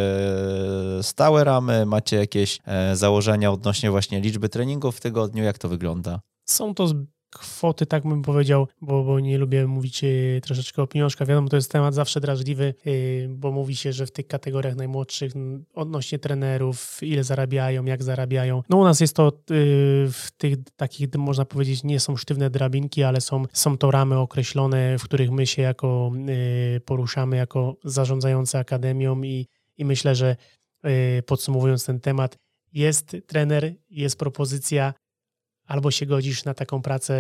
stałe ramy, macie jakieś e, założenia odnośnie właśnie liczby treningów w tygodniu? Jak to wygląda? Są to kwoty, tak bym powiedział, bo, bo nie lubię mówić y, troszeczkę o pieniążkach. Wiadomo, to jest temat zawsze drażliwy, y, bo mówi się, że w tych kategoriach najmłodszych odnośnie trenerów, ile zarabiają, jak zarabiają. No u nas jest to y, w tych takich, można powiedzieć, nie są sztywne drabinki, ale są, są to ramy określone, w których my się jako y, poruszamy jako zarządzający akademią i, i myślę, że y, podsumowując ten temat, jest trener, jest propozycja, albo się godzisz na taką pracę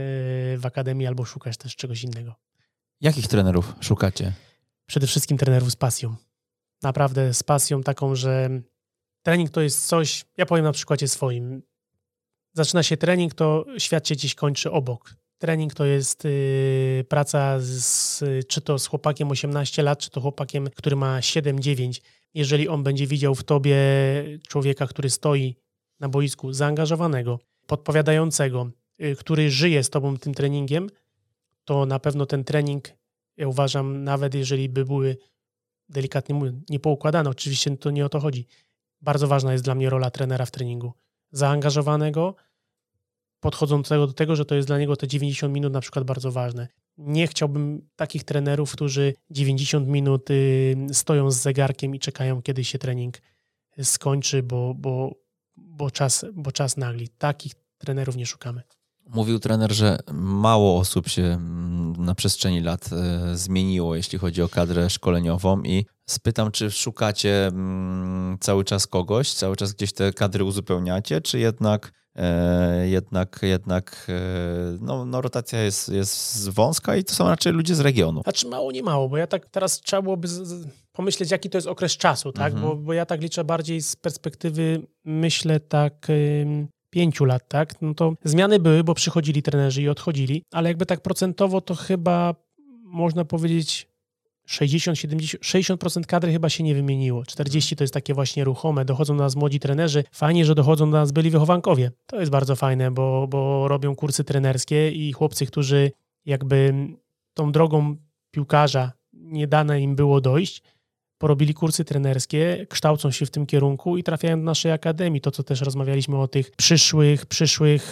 w akademii, albo szukasz też czegoś innego. Jakich trenerów szukacie? Przede wszystkim trenerów z pasją. Naprawdę z pasją taką, że trening to jest coś, ja powiem na przykładzie swoim. Zaczyna się trening, to świat się gdzieś kończy obok. Trening to jest yy, praca z, czy to z chłopakiem osiemnaście lat, czy to chłopakiem, który ma siedem dziewięć. Jeżeli on będzie widział w tobie człowieka, który stoi na boisku, zaangażowanego, podpowiadającego, yy, który żyje z tobą tym treningiem, to na pewno ten trening, ja uważam, nawet jeżeli by były, delikatnie mówiąc, niepoukładane, oczywiście to nie o to chodzi. Bardzo ważna jest dla mnie rola trenera w treningu. Zaangażowanego, podchodzącego do tego, że to jest dla niego te dziewięćdziesiąt minut na przykład bardzo ważne. Nie chciałbym takich trenerów, którzy dziewięćdziesiąt minut y, stoją z zegarkiem i czekają, kiedy się trening skończy, bo, bo, bo, czas, bo czas nagli. Takich trenerów nie szukamy. Mówił trener, że mało osób się na przestrzeni lat e, zmieniło, jeśli chodzi o kadrę szkoleniową i spytam, czy szukacie m, cały czas kogoś, cały czas gdzieś te kadry uzupełniacie, czy jednak e, jednak, jednak e, no, no rotacja jest, jest wąska i to są raczej ludzie z regionu. Znaczy mało, nie mało, bo ja tak teraz trzeba byłoby z, z, pomyśleć, jaki to jest okres czasu, tak? Mhm. Bo, bo ja tak liczę bardziej z perspektywy, myślę tak... Ym... pięciu lat, tak? No to zmiany były, bo przychodzili trenerzy i odchodzili, ale jakby tak procentowo to chyba można powiedzieć sześćdziesiąt siedemdziesiąt sześćdziesiąt procent kadry chyba się nie wymieniło. czterdzieści to jest takie właśnie ruchome, dochodzą do nas młodzi trenerzy. Fajnie, że dochodzą do nas byli wychowankowie. To jest bardzo fajne, bo, bo robią kursy trenerskie i chłopcy, którzy jakby tą drogą piłkarza nie dane im było dojść, porobili kursy trenerskie, kształcą się w tym kierunku i trafiają do naszej akademii. To, co też rozmawialiśmy o tych przyszłych, przyszłych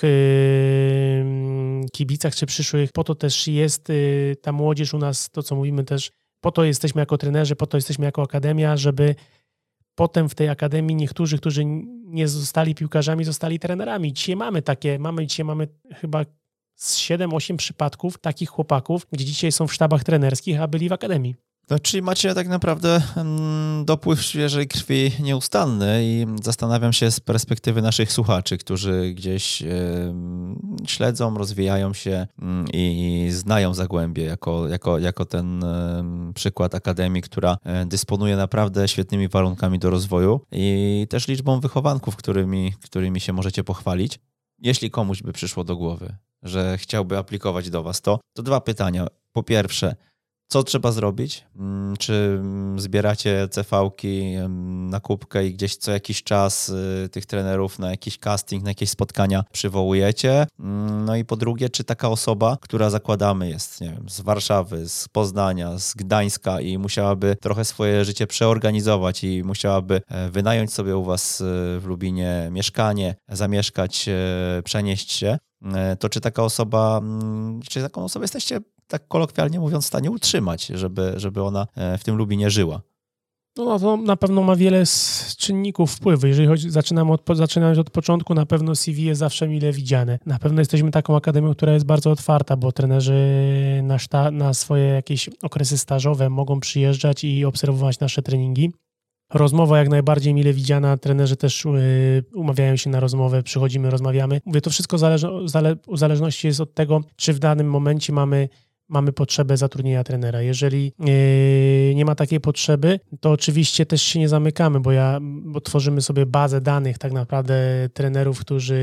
yy, kibicach, czy przyszłych, po to też jest yy, ta młodzież u nas, to co mówimy też, po to jesteśmy jako trenerzy, po to jesteśmy jako akademia, żeby potem w tej akademii niektórzy, którzy nie zostali piłkarzami, zostali trenerami. Dzisiaj mamy takie, mamy dzisiaj mamy chyba z siedem osiem przypadków takich chłopaków, gdzie dzisiaj są w sztabach trenerskich, a byli w akademii. No, czyli macie tak naprawdę dopływ świeżej krwi nieustanny i zastanawiam się z perspektywy naszych słuchaczy, którzy gdzieś e, śledzą, rozwijają się i znają Zagłębie jako, jako, jako ten e, przykład akademii, która e, dysponuje naprawdę świetnymi warunkami do rozwoju i też liczbą wychowanków, którymi, którymi się możecie pochwalić. Jeśli komuś by przyszło do głowy, że chciałby aplikować do was, to, to dwa pytania. Po pierwsze, co trzeba zrobić? Czy zbieracie ce ve ki na kubkę i gdzieś co jakiś czas tych trenerów na jakiś casting, na jakieś spotkania przywołujecie? No i po drugie, czy taka osoba, która zakładamy jest, nie wiem, z Warszawy, z Poznania, z Gdańska i musiałaby trochę swoje życie przeorganizować i musiałaby wynająć sobie u was w Lubinie mieszkanie, zamieszkać, przenieść się, to czy taka osoba, czy taką osobę jesteście, tak kolokwialnie mówiąc, w stanie utrzymać, żeby, żeby ona w tym Lubinie żyła? No to na pewno ma wiele czynników wpływu. Jeżeli chodzi, zaczynamy od, zaczynając od początku, na pewno C V jest zawsze mile widziane. Na pewno jesteśmy taką akademią, która jest bardzo otwarta, bo trenerzy na, szta, na swoje jakieś okresy stażowe mogą przyjeżdżać i obserwować nasze treningi. Rozmowa jak najbardziej mile widziana, trenerzy też yy, umawiają się na rozmowę, przychodzimy, rozmawiamy. Mówię, to wszystko zależy, zale, w zależności jest od tego, czy w danym momencie mamy mamy potrzebę zatrudnienia trenera. Jeżeli yy, nie ma takiej potrzeby, to oczywiście też się nie zamykamy, bo ja, bo tworzymy sobie bazę danych tak naprawdę trenerów, którzy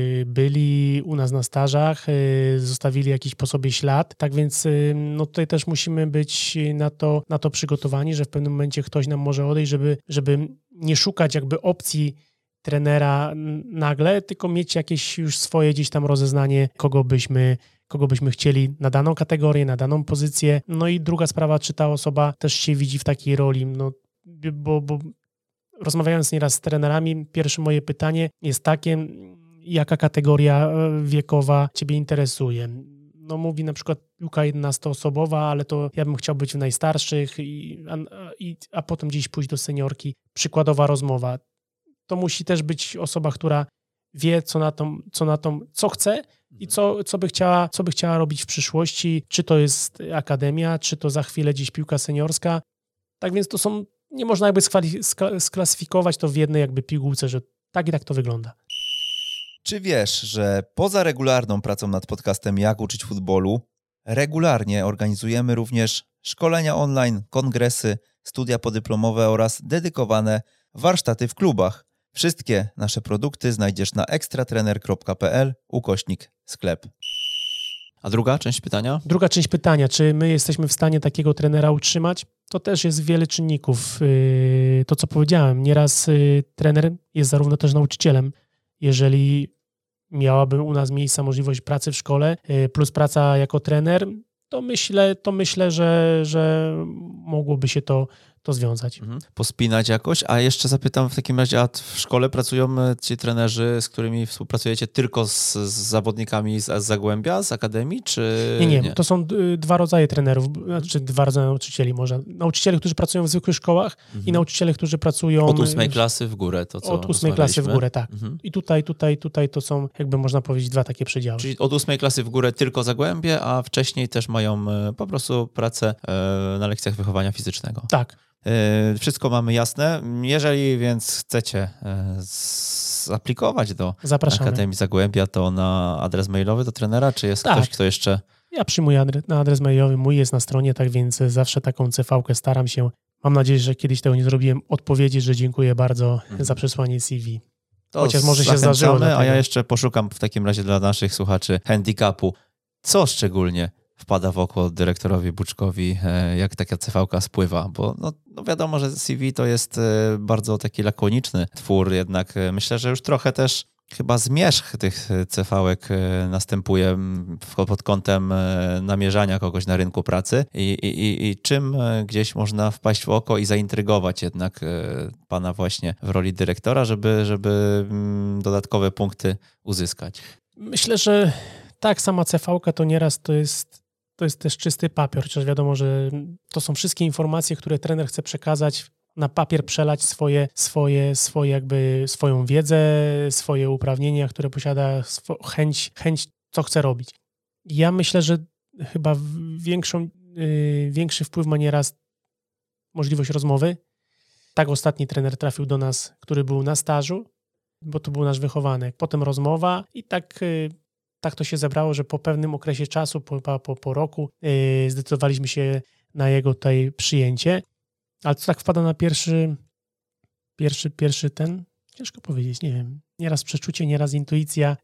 byli u nas na stażach, yy, zostawili jakiś po sobie ślad. Tak więc yy, no tutaj też musimy być na to, na to przygotowani, że w pewnym momencie ktoś nam może odejść, żeby, żeby nie szukać jakby opcji trenera nagle, tylko mieć jakieś już swoje gdzieś tam rozeznanie, kogo byśmy kogo byśmy chcieli na daną kategorię, na daną pozycję. No i druga sprawa, czy ta osoba też się widzi w takiej roli, no bo, bo rozmawiając nieraz z trenerami, pierwsze moje pytanie jest takie, jaka kategoria wiekowa ciebie interesuje? No mówi na przykład piłka jedenastoosobowa, ale to ja bym chciał być w najstarszych, i, a, i, a potem gdzieś pójść do seniorki. Przykładowa rozmowa. To musi też być osoba, która wie, co na tą, co na tą, co chce i co, co by chciała, co by chciała robić w przyszłości, czy to jest akademia, czy to za chwilę gdzieś piłka seniorska. Tak więc to są, nie można jakby skwali- sklasyfikować to w jednej jakby pigułce, że tak i tak to wygląda. Czy wiesz, że poza regularną pracą nad podcastem Jak uczyć futbolu, regularnie organizujemy również szkolenia online, kongresy, studia podyplomowe oraz dedykowane warsztaty w klubach. Wszystkie nasze produkty znajdziesz na ekstratrener kropka pe el ukośnik sklep. A druga część pytania? Druga część pytania, czy my jesteśmy w stanie takiego trenera utrzymać? To też jest wiele czynników. To, co powiedziałem, nieraz trener jest zarówno też nauczycielem. Jeżeli miałaby u nas miejsca możliwość pracy w szkole plus praca jako trener, to myślę, to myślę, że, że mogłoby się to to związać. Mhm. Pospinać jakoś, a jeszcze zapytam w takim razie, a w szkole pracują ci trenerzy, z którymi współpracujecie tylko z, z zawodnikami z, z Zagłębia, z Akademii, czy nie, nie, nie? To są dwa rodzaje trenerów, znaczy dwa rodzaje nauczycieli może. Nauczyciele, którzy pracują w zwykłych szkołach mhm. i nauczyciele, którzy pracują... Od ósmej klasy w górę, to co Od ósmej klasy w górę, tak. Mhm. I tutaj, tutaj, tutaj to są, jakby można powiedzieć, dwa takie przedziały. Czyli od ósmej klasy w górę tylko Zagłębie, a wcześniej też mają po prostu pracę na lekcjach wychowania fizycznego. Tak. Wszystko mamy jasne. Jeżeli więc chcecie zaaplikować do Zapraszamy. Akademii Zagłębia, to na adres mailowy do trenera, czy jest tak. ktoś, kto jeszcze... Ja przyjmuję adres, na adres mailowy, mój jest na stronie, tak więc zawsze taką ce ve-kę staram się, mam nadzieję, że kiedyś tego nie zrobiłem, odpowiedzieć, że dziękuję bardzo mhm. za przesłanie C V. To Chociaż może się zdarzyło. A ja jeszcze poszukam w takim razie dla naszych słuchaczy handicapu. Co szczególnie wpada w oko dyrektorowi Buczkowi, jak taka ce ve-ka spływa, bo no, no wiadomo, że C V to jest bardzo taki lakoniczny twór, jednak myślę, że już trochę też chyba zmierzch tych ce ve-ek następuje pod kątem namierzania kogoś na rynku pracy i, i, i czym gdzieś można wpaść w oko i zaintrygować jednak pana właśnie w roli dyrektora, żeby, żeby dodatkowe punkty uzyskać. Myślę, że tak, sama ce ve-ka to nieraz to jest To jest też czysty papier, chociaż wiadomo, że to są wszystkie informacje, które trener chce przekazać, na papier przelać swoje, swoje, swoje jakby swoją wiedzę, swoje uprawnienia, które posiada, swo- chęć, chęć, co chce robić. Ja myślę, że chyba większą, yy, większy wpływ ma nieraz możliwość rozmowy. Tak ostatni trener trafił do nas, który był na stażu, bo to był nasz wychowanek. Potem rozmowa i tak... Yy, Tak to się zebrało, że po pewnym okresie czasu, po, po, po roku yy, zdecydowaliśmy się na jego tutaj przyjęcie. Ale to tak wpada na pierwszy, pierwszy, pierwszy ten Ciężko powiedzieć, nie wiem. Nieraz przeczucie, nieraz intuicja,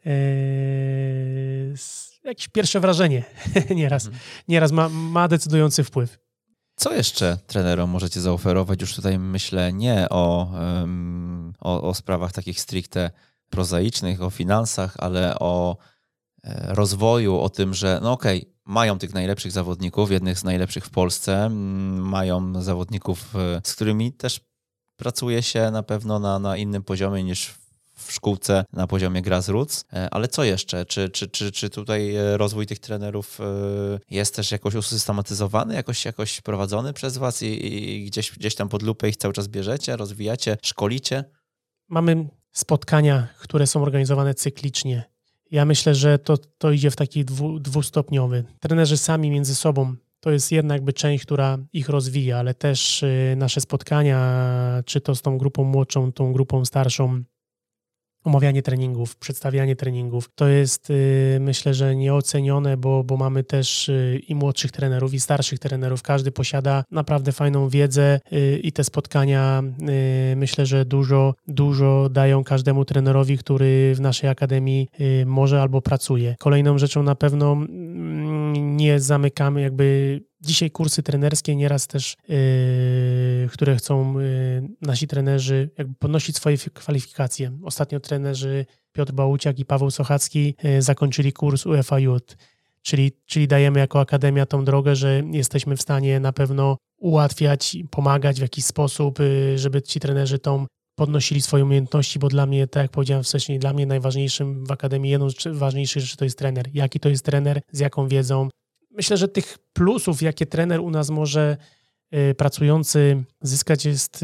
yy, jakieś pierwsze wrażenie nieraz, mhm. nieraz ma, ma decydujący wpływ. Co jeszcze trenerom możecie zaoferować? Już tutaj myślę nie o, um, o, o sprawach takich stricte prozaicznych, o finansach, ale o e, rozwoju, o tym, że no okej, okay, mają tych najlepszych zawodników, jednych z najlepszych w Polsce, m, mają zawodników, z którymi też pracuje się na pewno na, na innym poziomie niż w szkółce na poziomie grassroots, ale co jeszcze? Czy, czy, czy, czy tutaj rozwój tych trenerów jest też jakoś usystematyzowany, jakoś, jakoś prowadzony przez was i, i gdzieś, gdzieś tam pod lupę ich cały czas bierzecie, rozwijacie, szkolicie? Mamy spotkania, które są organizowane cyklicznie. Ja myślę, że to, to idzie w taki dwu, dwustopniowy. Trenerzy sami między sobą to jest jedna jakby część, która ich rozwija, ale też nasze spotkania, czy to z tą grupą młodszą, tą grupą starszą, omawianie treningów, przedstawianie treningów, to jest yy, myślę, że nieocenione, bo, bo mamy też yy, i młodszych trenerów, i starszych trenerów. Każdy posiada naprawdę fajną wiedzę yy, i te spotkania yy, myślę, że dużo, dużo dają każdemu trenerowi, który w naszej akademii yy, może albo pracuje. Kolejną rzeczą na pewno yy, nie zamykamy jakby dzisiaj kursy trenerskie nieraz też, yy, które chcą yy, nasi trenerzy jakby podnosić swoje kwalifikacje. Ostatnio trenerzy Piotr Bałuciak i Paweł Sochacki yy, zakończyli kurs U E F A Youth, czyli, czyli dajemy jako akademia tą drogę, że jesteśmy w stanie na pewno ułatwiać, pomagać w jakiś sposób, yy, żeby ci trenerzy tą podnosili swoje umiejętności, bo dla mnie, tak jak powiedziałem wcześniej, dla mnie najważniejszym w akademii, jedną z ważniejszych rzeczy to jest trener. Jaki to jest trener, z jaką wiedzą. Myślę, że tych plusów, jakie trener u nas może y, pracujący zyskać, jest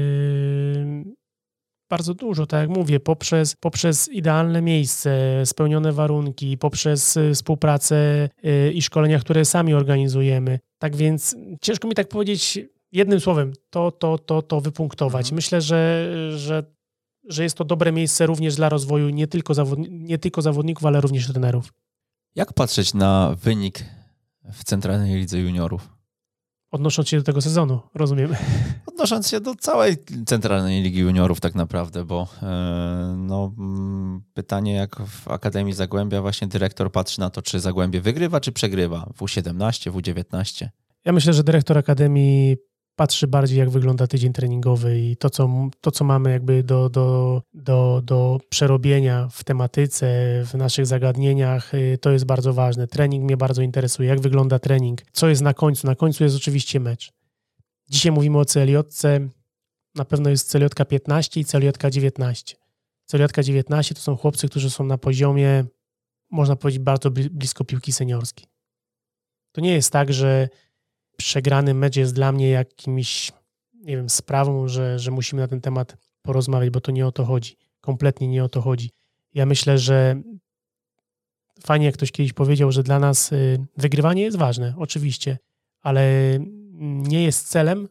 y, bardzo dużo, tak jak mówię, poprzez, poprzez idealne miejsce, spełnione warunki, poprzez y, współpracę y, i szkolenia, które sami organizujemy. Tak więc ciężko mi tak powiedzieć jednym słowem, to, to, to, to wypunktować. Mhm. Myślę, że, że, że jest to dobre miejsce również dla rozwoju nie tylko, zawodni- nie tylko zawodników, ale również trenerów. Jak patrzeć na wynik w Centralnej Lidze Juniorów? Odnosząc się do tego sezonu, rozumiem. Odnosząc się do całej Centralnej Ligi Juniorów tak naprawdę, bo e, no, pytanie jak w Akademii Zagłębia właśnie dyrektor patrzy na to, czy Zagłębie wygrywa, czy przegrywa w U siedemnaście, w U dziewiętnaście. Ja myślę, że dyrektor Akademii patrzy bardziej, jak wygląda tydzień treningowy i to, co, to, co mamy jakby do, do, do, do przerobienia w tematyce, w naszych zagadnieniach, to jest bardzo ważne. Trening mnie bardzo interesuje. Jak wygląda trening? Co jest na końcu? Na końcu jest oczywiście mecz. Dzisiaj mówimy o C L J-ce. Na pewno jest C L J piętnaście i C L J dziewiętnaście. C L J dziewiętnaście to są chłopcy, którzy są na poziomie, można powiedzieć, bardzo blisko piłki seniorskiej. To nie jest tak, że przegrany mecz jest dla mnie jakimś, nie wiem, sprawą, że, że musimy na ten temat porozmawiać, bo to nie o to chodzi. Kompletnie nie o to chodzi. Ja myślę, że fajnie, jak ktoś kiedyś powiedział, że dla nas wygrywanie jest ważne, oczywiście, ale nie jest celem,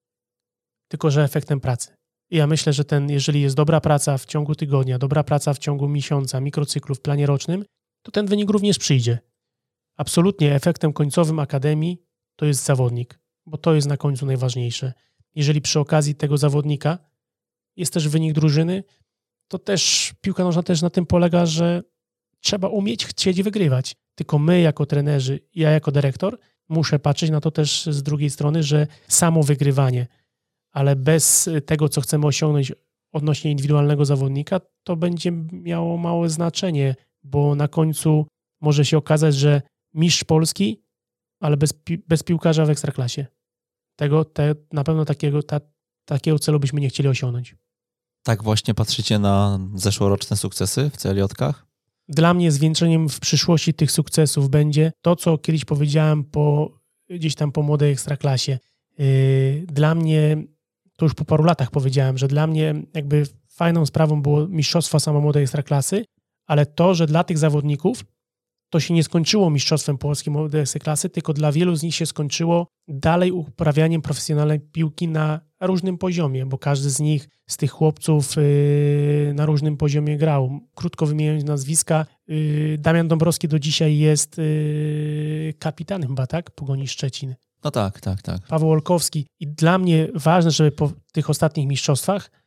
tylko że efektem pracy. I ja myślę, że ten, jeżeli jest dobra praca w ciągu tygodnia, dobra praca w ciągu miesiąca, mikrocyklu w planie rocznym, to ten wynik również przyjdzie. Absolutnie efektem końcowym Akademii to jest zawodnik, bo to jest na końcu najważniejsze. Jeżeli przy okazji tego zawodnika jest też wynik drużyny, to też piłka nożna też na tym polega, że trzeba umieć chcieć wygrywać. Tylko my jako trenerzy, ja jako dyrektor muszę patrzeć na to też z drugiej strony, że samo wygrywanie, ale bez tego, co chcemy osiągnąć odnośnie indywidualnego zawodnika, to będzie miało małe znaczenie, bo na końcu może się okazać, że mistrz Polski, ale bez, pi- bez piłkarza w Ekstraklasie. Tego te, na pewno takiego, ta, takiego celu byśmy nie chcieli osiągnąć. Tak właśnie patrzycie na zeszłoroczne sukcesy w C L J-kach? Dla mnie zwieńczeniem w przyszłości tych sukcesów będzie to, co kiedyś powiedziałem po, gdzieś tam po młodej Ekstraklasie. Yy, dla mnie, to już po paru latach powiedziałem, że dla mnie jakby fajną sprawą było mistrzostwo samomłodej Ekstraklasy, ale to, że dla tych zawodników to się nie skończyło mistrzostwem polskiej młodej Ekstraklasy, tylko dla wielu z nich się skończyło dalej uprawianiem profesjonalnej piłki na różnym poziomie, bo każdy z nich, z tych chłopców yy, na różnym poziomie grał. Krótko wymieniając nazwiska, yy, Damian Dąbrowski do dzisiaj jest yy, kapitanem chyba, tak? Pogoni Szczecin. No tak, tak, tak. Paweł Olkowski. I dla mnie ważne, żeby po tych ostatnich mistrzostwach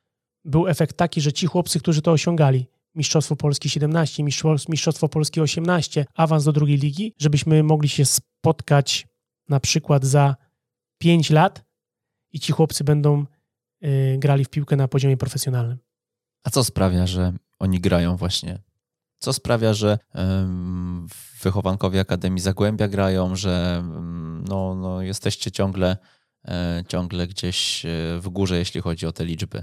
był efekt taki, że ci chłopcy, którzy to osiągali, Mistrzostwo Polski siedemnaście, Mistrzostwo Polski osiemnaście, awans do drugiej ligi, żebyśmy mogli się spotkać na przykład za pięć lat i ci chłopcy będą y, grali w piłkę na poziomie profesjonalnym. A co sprawia, że oni grają właśnie? Co sprawia, że ym, wychowankowie Akademii Zagłębia grają, że ym, no, no, jesteście ciągle, y, ciągle gdzieś y, w górze, jeśli chodzi o te liczby?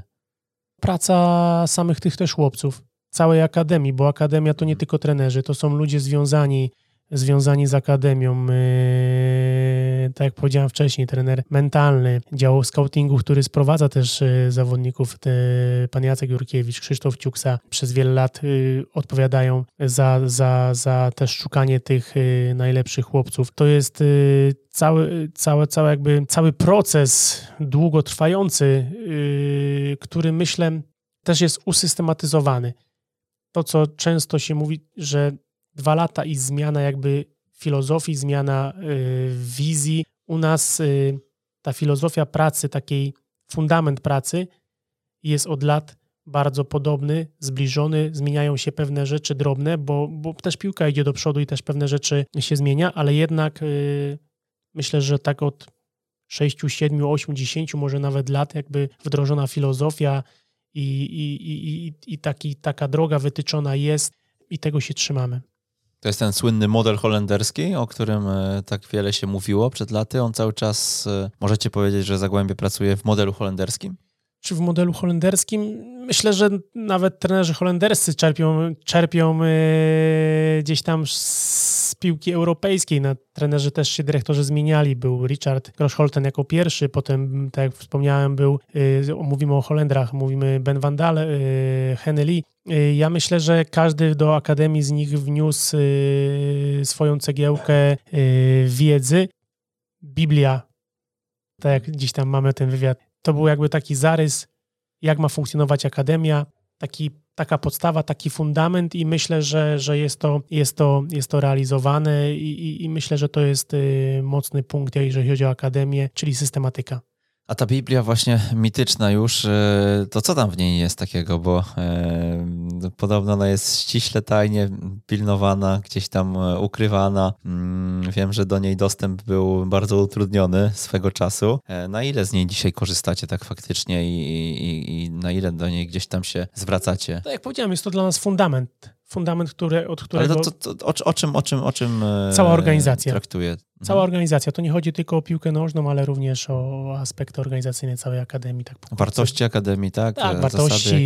Praca samych tych też chłopców, całej Akademii, bo Akademia to nie tylko trenerzy, to są ludzie związani, związani z Akademią. Yy, tak jak powiedziałem wcześniej, trener mentalny, dział scoutingu, który sprowadza też yy, zawodników. Te, pan Jacek Jurkiewicz, Krzysztof Ciuksa przez wiele lat yy, odpowiadają za, za, za też szukanie tych yy, najlepszych chłopców. To jest yy, cały, cały, cały, jakby, cały proces długotrwający, yy, który myślę też jest usystematyzowany. To, co często się mówi, że dwa lata i zmiana jakby filozofii, zmiana y, wizji. U nas y, ta filozofia pracy, takiej fundament pracy jest od lat bardzo podobny, zbliżony. Zmieniają się pewne rzeczy drobne, bo, bo też piłka idzie do przodu i też pewne rzeczy się zmienia, ale jednak y, myślę, że tak od sześciu, siedmiu, ośmiu, dziesięciu może nawet lat jakby wdrożona filozofia i, i, i, i, i taki, taka droga wytyczona jest i tego się trzymamy. To jest ten słynny model holenderski, o którym tak wiele się mówiło przed laty. On cały czas, możecie powiedzieć, że Zagłębie pracuje w modelu holenderskim? Czy w modelu holenderskim? Myślę, że nawet trenerzy holenderscy czerpią, czerpią yy, gdzieś tam z piłki europejskiej. Na trenerzy też się dyrektorzy zmieniali. Był Richard Grosholten jako pierwszy, potem, tak jak wspomniałem, był, yy, mówimy o Holendrach, mówimy Ben van Dal, yy, Henny Lee. Yy, ja myślę, że każdy do Akademii z nich wniósł yy, swoją cegiełkę yy, wiedzy. Biblia, tak jak gdzieś tam mamy ten wywiad, to był jakby taki zarys, jak ma funkcjonować Akademia, taki, taka podstawa, taki fundament i myślę, że, że jest, to, jest, to, jest to realizowane i, i, i myślę, że to jest y, mocny punkt, jeżeli chodzi o Akademię, czyli systematyka. A ta Biblia właśnie mityczna już, to co tam w niej jest takiego, bo e, podobno ona jest ściśle tajnie pilnowana, gdzieś tam ukrywana. Wiem, że do niej dostęp był bardzo utrudniony swego czasu. E, na ile z niej dzisiaj korzystacie tak faktycznie i, i, i na ile do niej gdzieś tam się zwracacie? Tak jak powiedziałem, jest to dla nas fundament. Fundament, który, od którego... Ale to, to, to, o, o czym, o czym, o czym cała organizacja traktuje? Cała organizacja. To nie chodzi tylko o piłkę nożną, ale również o aspekty organizacyjne całej Akademii. Tak, wartości Akademii, tak? Tak, wartości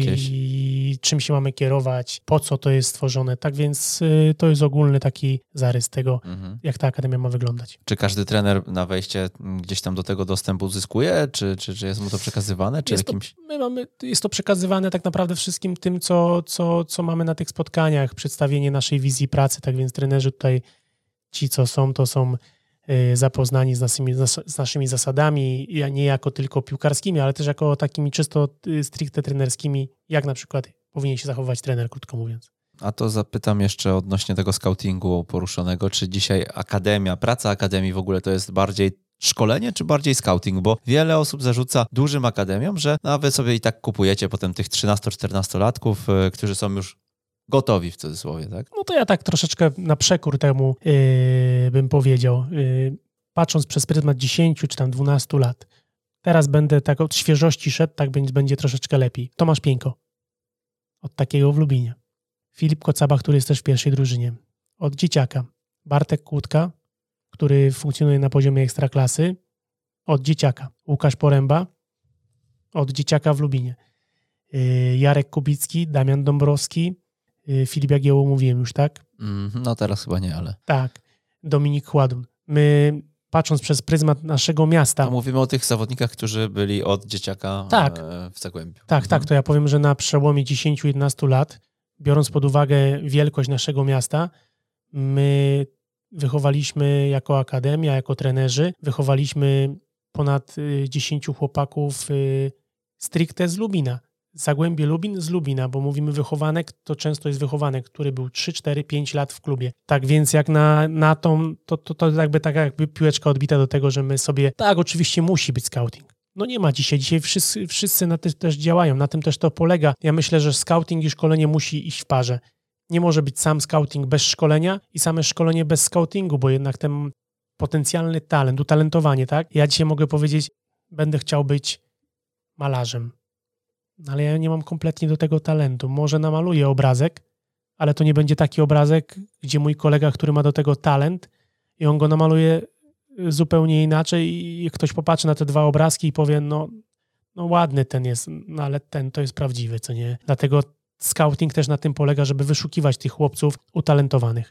i czym się mamy kierować, po co to jest stworzone. Tak więc y, to jest ogólny taki zarys tego, mhm. jak ta Akademia ma wyglądać. Czy każdy trener na wejście gdzieś tam do tego dostępu uzyskuje? Czy, czy, czy jest mu to przekazywane? Czy jest, jakimś... to, my mamy, jest to przekazywane tak naprawdę wszystkim tym, co, co, co mamy na tych spotkaniach. Przedstawienie naszej wizji pracy. Tak więc trenerzy tutaj, ci co są, to są zapoznani z naszymi, z naszymi zasadami, nie jako tylko piłkarskimi, ale też jako takimi czysto stricte trenerskimi, jak na przykład powinien się zachowywać trener, krótko mówiąc. A to zapytam jeszcze odnośnie tego scoutingu poruszonego, czy dzisiaj Akademia, praca Akademii w ogóle to jest bardziej szkolenie, czy bardziej scouting? Bo wiele osób zarzuca dużym akademiom, że no, wy sobie i tak kupujecie potem tych trzynasto-czternastolatków, którzy są już gotowi w cudzysłowie, tak? No to ja tak troszeczkę na przekór temu yy, bym powiedział. Yy, patrząc przez pryzmat dziesięciu czy tam dwunastu lat. Teraz będę tak od świeżości szedł, tak będzie, będzie troszeczkę lepiej. Tomasz Pieńko. Od takiego w Lubinie. Filip Kocaba, który jest też w pierwszej drużynie. Od dzieciaka. Bartek Kłódka, który funkcjonuje na poziomie ekstraklasy. Od dzieciaka. Łukasz Poręba. Od dzieciaka w Lubinie. Yy, Jarek Kubicki, Damian Dąbrowski, Filip Jagiełło mówiłem już, tak? Mm, no teraz chyba nie, ale... Tak. Dominik Chładun. My, patrząc przez pryzmat naszego miasta... To mówimy o tych zawodnikach, którzy byli od dzieciaka tak. w Zagłębiu. Tak, mhm. tak. To ja powiem, że na przełomie dziesięciu jedenastu lat, biorąc pod uwagę wielkość naszego miasta, my wychowaliśmy jako akademia, jako trenerzy, wychowaliśmy ponad dziesięciu chłopaków stricte z Lubina. Zagłębie Lubin z Lubina, bo mówimy wychowanek, to często jest wychowanek, który był trzy, cztery, pięć lat w klubie. Tak więc jak na, na tą, to, to, to jakby taka jakby piłeczka odbita do tego, że my sobie, tak oczywiście musi być scouting, No nie ma dzisiaj. Dzisiaj wszyscy, wszyscy na tym też działają. Na tym też to polega. Ja myślę, że scouting i szkolenie musi iść w parze. Nie może być sam scouting bez szkolenia i same szkolenie bez scoutingu, bo jednak ten potencjalny talent, utalentowanie, tak? Ja dzisiaj mogę powiedzieć, będę chciał być malarzem, ale ja nie mam kompletnie do tego talentu. Może namaluję obrazek, ale to nie będzie taki obrazek, gdzie mój kolega, który ma do tego talent i on go namaluje zupełnie inaczej i ktoś popatrzy na te dwa obrazki i powie, no, no ładny ten jest, no ale ten to jest prawdziwy, co nie? Dlatego scouting też na tym polega, żeby wyszukiwać tych chłopców utalentowanych.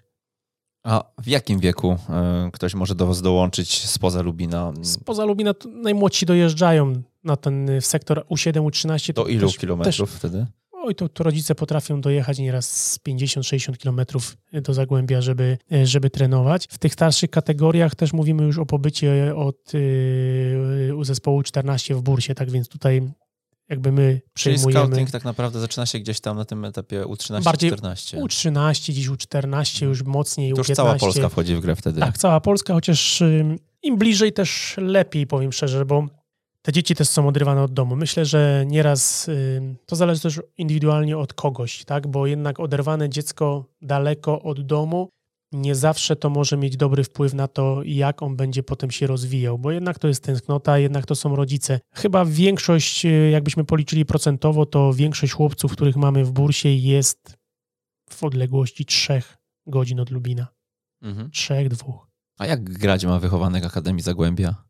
A w jakim wieku y, ktoś może do was dołączyć spoza Lubina? Spoza Lubina najmłodsi dojeżdżają na ten w sektor U siedem, U trzynaście. Do ilu też, kilometrów też, wtedy? Oj, to, to rodzice potrafią dojechać nieraz z pięćdziesiąt sześćdziesiąt kilometrów do Zagłębia, żeby, żeby trenować. W tych starszych kategoriach też mówimy już o pobycie od yy, u zespołu czternaście w Bursie, tak więc tutaj jakby my przejmujemy... Czyli scouting tak naprawdę zaczyna się gdzieś tam na tym etapie U trzynaście, bardziej czternaście. U trzynaście, dziś U czternaście, już mocniej U to już piętnaście. cała Polska wchodzi w grę wtedy. Tak, cała Polska, chociaż yy, im bliżej też lepiej, powiem szczerze, bo te dzieci też są odrywane od domu. Myślę, że nieraz y, to zależy też indywidualnie od kogoś, tak? Bo jednak oderwane dziecko daleko od domu nie zawsze to może mieć dobry wpływ na to, jak on będzie potem się rozwijał, bo jednak to jest tęsknota, jednak to są rodzice. Chyba większość, y, jakbyśmy policzyli procentowo, to większość chłopców, których mamy w Bursie jest w odległości trzech godzin od Lubina. Mhm. Trzech, dwóch. A jak grać ma wychowanek Akademii Zagłębia?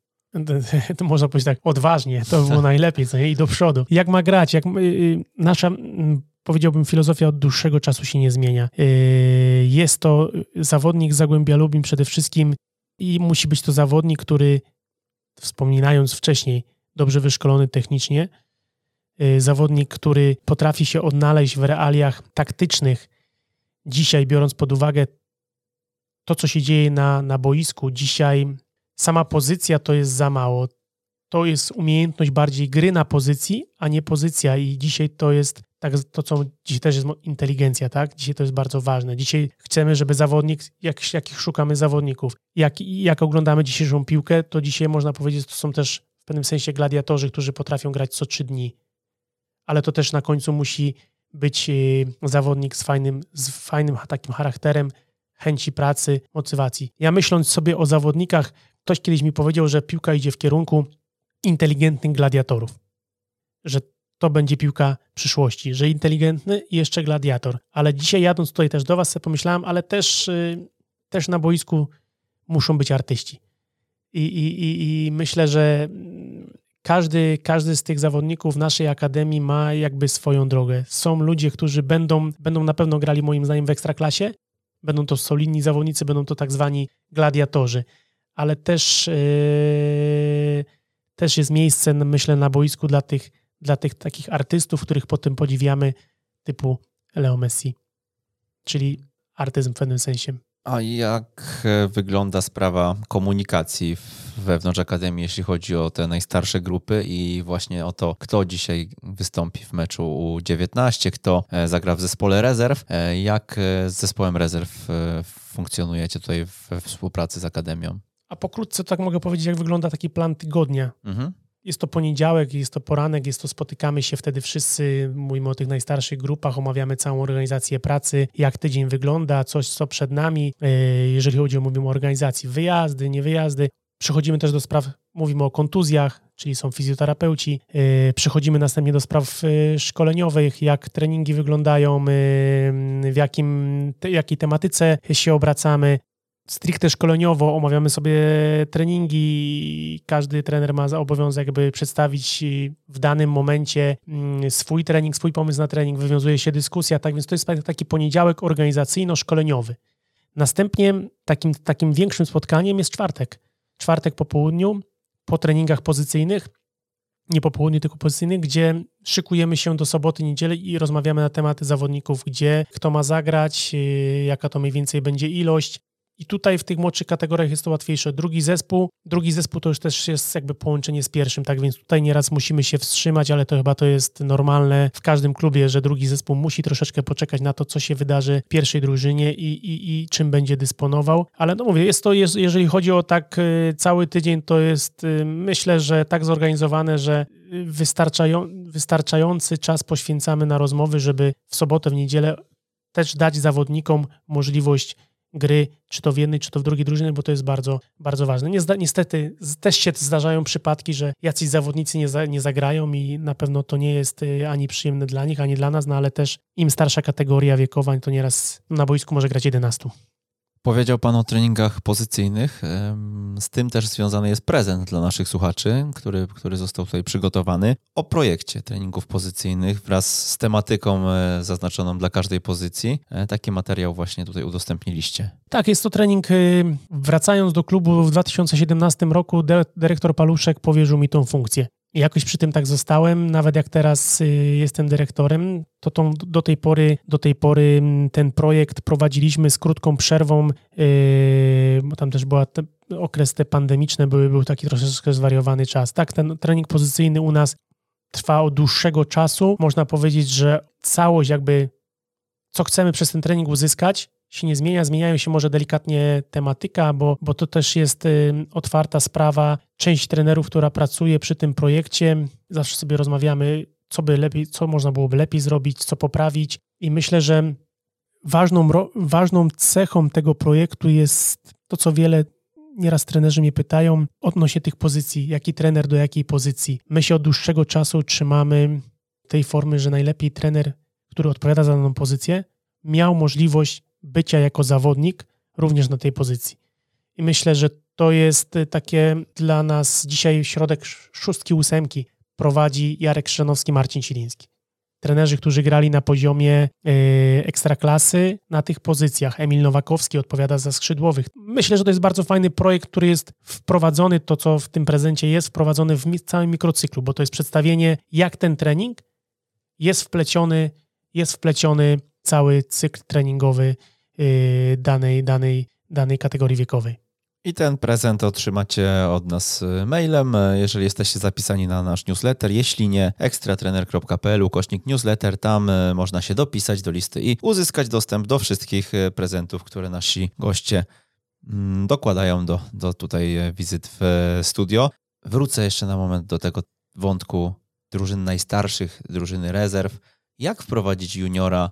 To można powiedzieć tak odważnie, to było najlepiej, co nie? I do przodu. Jak ma grać? Jak, yy, nasza, yy, powiedziałbym, filozofia od dłuższego czasu się nie zmienia. Yy, jest to zawodnik z Zagłębia Lubin przede wszystkim i musi być to zawodnik, który, wspominając wcześniej, dobrze wyszkolony technicznie, yy, zawodnik, który potrafi się odnaleźć w realiach taktycznych. Dzisiaj, biorąc pod uwagę to, co się dzieje na, na boisku, dzisiaj sama pozycja to jest za mało. To jest umiejętność bardziej gry na pozycji, a nie pozycja i dzisiaj to jest tak, to co dzisiaj też jest inteligencja, tak? Dzisiaj to jest bardzo ważne. Dzisiaj chcemy, żeby zawodnik, jak, jakich szukamy zawodników, jak, jak oglądamy dzisiejszą piłkę, to dzisiaj można powiedzieć, że to są też w pewnym sensie gladiatorzy, którzy potrafią grać co trzy dni. Ale to też na końcu musi być zawodnik z fajnym, z fajnym takim charakterem, chęci pracy, motywacji. Ja myśląc sobie o zawodnikach, ktoś kiedyś mi powiedział, że piłka idzie w kierunku inteligentnych gladiatorów. Że to będzie piłka przyszłości, że inteligentny i jeszcze gladiator. Ale dzisiaj jadąc tutaj też do was sobie pomyślałem, ale też, yy, też na boisku muszą być artyści. I, i, i, i myślę, że każdy, każdy z tych zawodników w naszej akademii ma jakby swoją drogę. Są ludzie, którzy będą, będą na pewno grali moim zdaniem w Ekstraklasie. Będą to solidni zawodnicy, będą to tak zwani gladiatorzy. Ale też, yy, też jest miejsce, myślę, na boisku dla tych, dla tych takich artystów, których potem podziwiamy, typu Leo Messi. Czyli artyzm w pewnym sensie. A jak wygląda sprawa komunikacji wewnątrz Akademii, jeśli chodzi o te najstarsze grupy i właśnie o to, kto dzisiaj wystąpi w meczu U dziewiętnaście, kto zagra w zespole rezerw? Jak z zespołem rezerw funkcjonujecie tutaj we współpracy z Akademią? A pokrótce tak mogę powiedzieć, jak wygląda taki plan tygodnia. Mhm. Jest to poniedziałek, jest to poranek, jest to spotykamy się wtedy wszyscy, mówimy o tych najstarszych grupach, omawiamy całą organizację pracy, jak tydzień wygląda, coś co przed nami, jeżeli chodzi o, mówimy o organizacji, wyjazdy, nie wyjazdy. Przechodzimy też do spraw, mówimy o kontuzjach, czyli są fizjoterapeuci. Przechodzimy następnie do spraw szkoleniowych, jak treningi wyglądają, w jakim, jakiej tematyce się obracamy. Stricte szkoleniowo omawiamy sobie treningi. Każdy trener ma obowiązek, by przedstawić w danym momencie swój trening, swój pomysł na trening. Wywiązuje się dyskusja, tak więc to jest taki poniedziałek organizacyjno-szkoleniowy. Następnie takim, takim większym spotkaniem jest czwartek. Czwartek po południu, po treningach pozycyjnych, nie po południu, tylko pozycyjnych, gdzie szykujemy się do soboty, niedzieli i rozmawiamy na temat zawodników, gdzie, kto ma zagrać, jaka to mniej więcej będzie ilość. I tutaj w tych młodszych kategoriach jest to łatwiejsze. Drugi zespół, drugi zespół to już też jest jakby połączenie z pierwszym, tak więc tutaj nieraz musimy się wstrzymać, ale to chyba to jest normalne w każdym klubie, że drugi zespół musi troszeczkę poczekać na to, co się wydarzy w pierwszej drużynie i, i, i czym będzie dysponował. Ale no mówię, jest to, jest, jeżeli chodzi o tak y, cały tydzień, to jest y, myślę, że tak zorganizowane, że wystarczają, wystarczający czas poświęcamy na rozmowy, żeby w sobotę, w niedzielę też dać zawodnikom możliwość gry, czy to w jednej, czy to w drugiej drużynie, bo to jest bardzo, bardzo ważne. Niestety też się zdarzają przypadki, że jacyś zawodnicy nie, za, nie zagrają i na pewno to nie jest ani przyjemne dla nich, ani dla nas, no ale też im starsza kategoria wiekowa, to nieraz na boisku może grać jedenastu. Powiedział Pan o treningach pozycyjnych. Z tym też związany jest prezent dla naszych słuchaczy, który, który został tutaj przygotowany. O projekcie treningów pozycyjnych wraz z tematyką zaznaczoną dla każdej pozycji. Taki materiał właśnie tutaj udostępniliście. Tak, jest to trening. Wracając do klubu w dwa tysiące siedemnastym roku, dyrektor Paluszek powierzył mi tą funkcję. I jakoś przy tym tak zostałem, nawet jak teraz y, jestem dyrektorem, to tą, do, tej pory, do tej pory ten projekt prowadziliśmy z krótką przerwą, yy, bo tam też był okres te pandemiczne, były, był taki troszeczkę zwariowany czas. Tak, ten trening pozycyjny u nas trwa od dłuższego czasu. Można powiedzieć, że całość jakby, co chcemy przez ten trening uzyskać, się nie zmienia, zmieniają się może delikatnie tematyka, bo, bo to też jest y, otwarta sprawa. Część trenerów, która pracuje przy tym projekcie, zawsze sobie rozmawiamy, co by lepiej, co można byłoby lepiej zrobić, co poprawić i myślę, że ważną, ro, ważną cechą tego projektu jest to, co wiele nieraz trenerzy mnie pytają odnośnie tych pozycji, jaki trener do jakiej pozycji. My się od dłuższego czasu trzymamy tej formy, że najlepiej trener, który odpowiada za daną pozycję, miał możliwość bycia jako zawodnik również na tej pozycji. I myślę, że to jest takie dla nas dzisiaj środek szóstki, ósemki prowadzi Jarek Krzyżanowski, Marcin Siliński. Trenerzy, którzy grali na poziomie yy, ekstraklasy na tych pozycjach. Emil Nowakowski odpowiada za skrzydłowych. Myślę, że to jest bardzo fajny projekt, który jest wprowadzony, to co w tym prezencie jest, wprowadzony w mi- całym mikrocyklu, bo to jest przedstawienie, jak ten trening jest wpleciony, jest wpleciony cały cykl treningowy yy, danej, danej, danej kategorii wiekowej. I ten prezent otrzymacie od nas mailem, jeżeli jesteście zapisani na nasz newsletter. Jeśli nie, ekstratrener kropka p l ukośnik newsletter. Tam można się dopisać do listy i uzyskać dostęp do wszystkich prezentów, które nasi goście dokładają do, do tutaj wizyt w studio. Wrócę jeszcze na moment do tego wątku drużyn najstarszych, drużyny rezerw. Jak wprowadzić juniora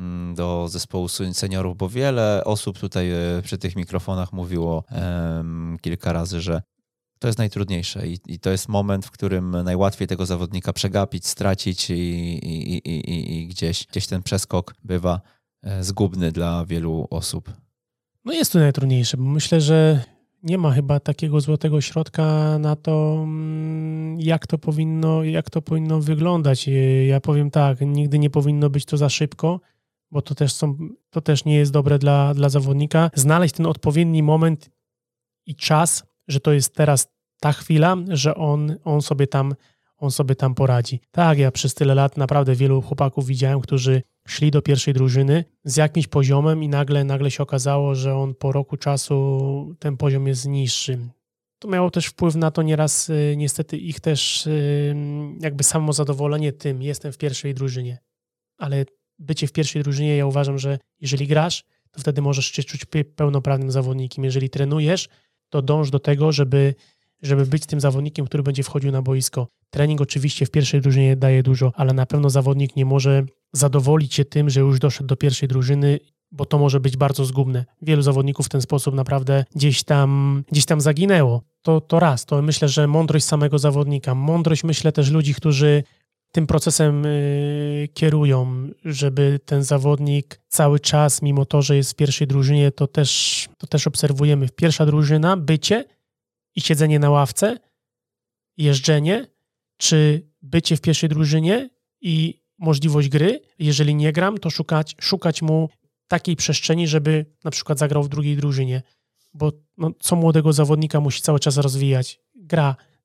do zespołu seniorów, bo wiele osób tutaj przy tych mikrofonach mówiło um, kilka razy, że to jest najtrudniejsze i, i to jest moment, w którym najłatwiej tego zawodnika przegapić, stracić i, i, i, i, i gdzieś, gdzieś ten przeskok bywa zgubny dla wielu osób. No jest to najtrudniejsze, bo myślę, że nie ma chyba takiego złotego środka na to, jak to powinno, jak to powinno wyglądać. Ja powiem tak, nigdy nie powinno być to za szybko, bo to też, są, to też nie jest dobre dla, dla zawodnika. Znaleźć ten odpowiedni moment i czas, że to jest teraz ta chwila, że on, on, sobie tam, on sobie tam poradzi. Tak, ja przez tyle lat naprawdę wielu chłopaków widziałem, którzy szli do pierwszej drużyny z jakimś poziomem i nagle, nagle się okazało, że on po roku czasu ten poziom jest niższy. To miało też wpływ na to nieraz niestety ich też jakby samozadowolenie tym, jestem w pierwszej drużynie. Ale bycie w pierwszej drużynie, ja uważam, że jeżeli grasz, to wtedy możesz się czuć pełnoprawnym zawodnikiem. Jeżeli trenujesz, to dąż do tego, żeby, żeby być tym zawodnikiem, który będzie wchodził na boisko. Trening oczywiście w pierwszej drużynie daje dużo, ale na pewno zawodnik nie może zadowolić się tym, że już doszedł do pierwszej drużyny, bo to może być bardzo zgubne. Wielu zawodników w ten sposób naprawdę gdzieś tam, gdzieś tam zaginęło. To, to raz, to myślę, że mądrość samego zawodnika, mądrość myślę też ludzi, którzy tym procesem y, kierują, żeby ten zawodnik cały czas, mimo to, że jest w pierwszej drużynie, to też, to też obserwujemy. Pierwsza drużyna, bycie i siedzenie na ławce, jeżdżenie, czy bycie w pierwszej drużynie i możliwość gry. Jeżeli nie gram, to szukać, szukać mu takiej przestrzeni, żeby na przykład zagrał w drugiej drużynie, bo no, co młodego zawodnika musi cały czas rozwijać? Gra.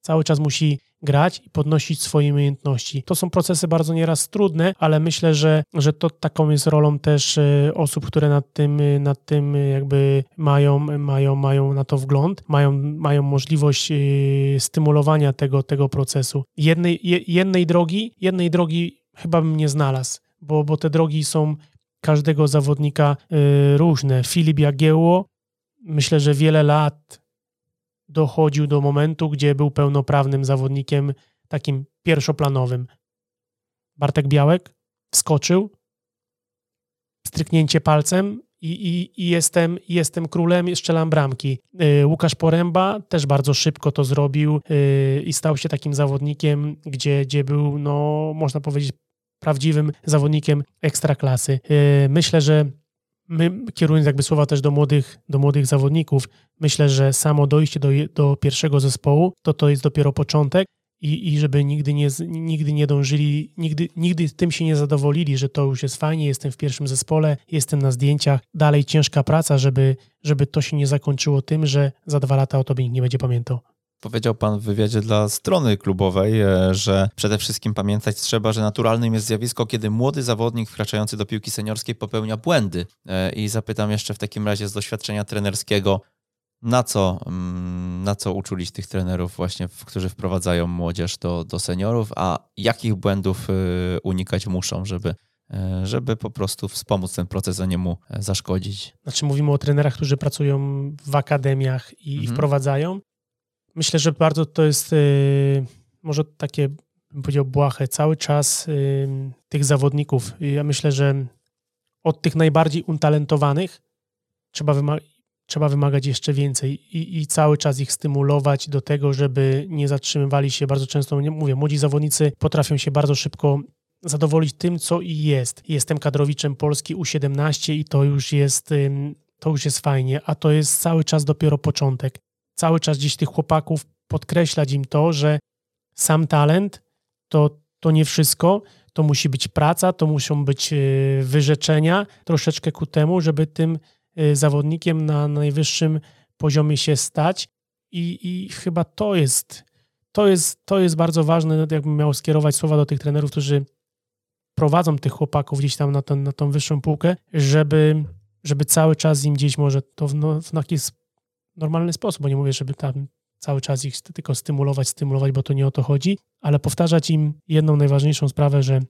Cały czas musi grać i podnosić swoje umiejętności. To są procesy bardzo nieraz trudne, ale myślę, że, że to taką jest rolą też osób, które nad tym, nad tym jakby mają, mają, mają na to wgląd, mają, mają możliwość stymulowania tego, tego procesu. Jednej, jednej drogi, jednej drogi chyba bym nie znalazł, bo, bo te drogi są każdego zawodnika różne. Filip Jagiełło, myślę, że wiele lat dochodził do momentu, gdzie był pełnoprawnym zawodnikiem takim pierwszoplanowym. Bartek Białek wskoczył, stryknięcie palcem i, i, i jestem, jestem królem, strzelam bramki. Yy, Łukasz Poręba też bardzo szybko to zrobił yy, i stał się takim zawodnikiem, gdzie, gdzie był, no można powiedzieć, prawdziwym zawodnikiem ekstraklasy. Yy, myślę, że my, kierując jakby słowa też do młodych, do młodych zawodników, myślę, że samo dojście do, do pierwszego zespołu, to to jest dopiero początek i, i żeby nigdy nie, nigdy nie dążyli, nigdy, nigdy tym się nie zadowolili, że to już jest fajnie, jestem w pierwszym zespole, jestem na zdjęciach, dalej ciężka praca, żeby, żeby to się nie zakończyło tym, że za dwa lata o tobie nikt nie będzie pamiętał. Powiedział pan w wywiadzie dla strony klubowej, że przede wszystkim pamiętać trzeba, że naturalnym jest zjawisko, kiedy młody zawodnik wkraczający do piłki seniorskiej popełnia błędy. I zapytam jeszcze w takim razie z doświadczenia trenerskiego, na co, na co uczulić tych trenerów właśnie, którzy wprowadzają młodzież do, do seniorów, a jakich błędów unikać muszą, żeby, żeby po prostu wspomóc ten proces, a nie mu zaszkodzić? Znaczy mówimy o trenerach, którzy pracują w akademiach i mhm. wprowadzają. Myślę, że bardzo to jest yy, może takie, bym powiedział, błahe. Cały czas yy, tych zawodników. Ja myślę, że od tych najbardziej utalentowanych trzeba, wyma- trzeba wymagać jeszcze więcej I, i cały czas ich stymulować do tego, żeby nie zatrzymywali się. Bardzo często, mówię, młodzi zawodnicy potrafią się bardzo szybko zadowolić tym, co i jest. Jestem kadrowiczem Polski U siedemnaście i to już jest, yy, to już jest fajnie, a to jest cały czas dopiero początek. Cały czas gdzieś tych chłopaków podkreślać im to, że sam talent to, to nie wszystko, to musi być praca, to muszą być wyrzeczenia troszeczkę ku temu, żeby tym zawodnikiem na najwyższym poziomie się stać i, i chyba to jest, to jest, to jest bardzo ważne, jakbym miał skierować słowa do tych trenerów, którzy prowadzą tych chłopaków gdzieś tam na, ten, na tą wyższą półkę, żeby, żeby cały czas im gdzieś może to w, no, w jakiś normalny sposób, bo nie mówię, żeby tam cały czas ich tylko stymulować, stymulować, bo to nie o to chodzi, ale powtarzać im jedną najważniejszą sprawę, że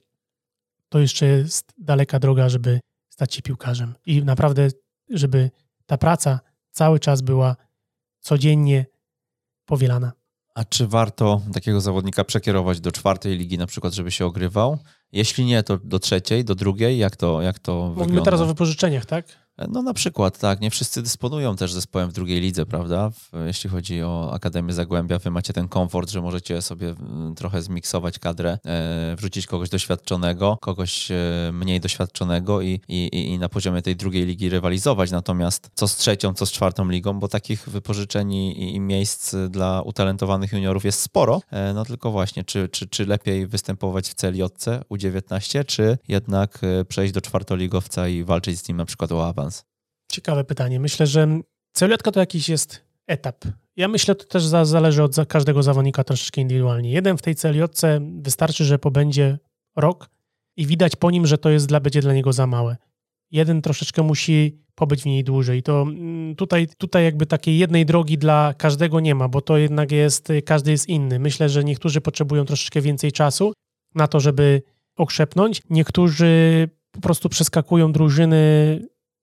to jeszcze jest daleka droga, żeby stać się piłkarzem. I naprawdę, żeby ta praca cały czas była codziennie powielana. A czy warto takiego zawodnika przekierować do czwartej ligi na przykład, żeby się ogrywał? Jeśli nie, to do trzeciej, do drugiej? Jak to, jak to Mówimy wygląda? teraz o wypożyczeniach, tak? No na przykład, tak. Nie wszyscy dysponują też zespołem w drugiej lidze, prawda? Jeśli chodzi o Akademię Zagłębia, wy macie ten komfort, że możecie sobie trochę zmiksować kadrę, e, wrzucić kogoś doświadczonego, kogoś e, mniej doświadczonego i, i, i na poziomie tej drugiej ligi rywalizować. Natomiast co z trzecią, co z czwartą ligą, bo takich wypożyczeń i, i miejsc dla utalentowanych juniorów jest sporo. E, no tylko właśnie, czy, czy, czy lepiej występować w C L J-ce U dziewiętnaście, czy jednak przejść do czwartoligowca i walczyć z nim na przykład o awans? Ciekawe pytanie. Myślę, że C L J-ka to jakiś jest etap. Ja myślę, to też za, zależy od za każdego zawodnika troszeczkę indywidualnie. Jeden w tej C L J-ce wystarczy, że pobędzie rok i widać po nim, że to jest dla, będzie dla niego za małe. Jeden troszeczkę musi pobyć w niej dłużej. To tutaj, tutaj jakby takiej jednej drogi dla każdego nie ma, bo to jednak jest, każdy jest inny. Myślę, że niektórzy potrzebują troszeczkę więcej czasu na to, żeby okrzepnąć. Niektórzy po prostu przeskakują drużyny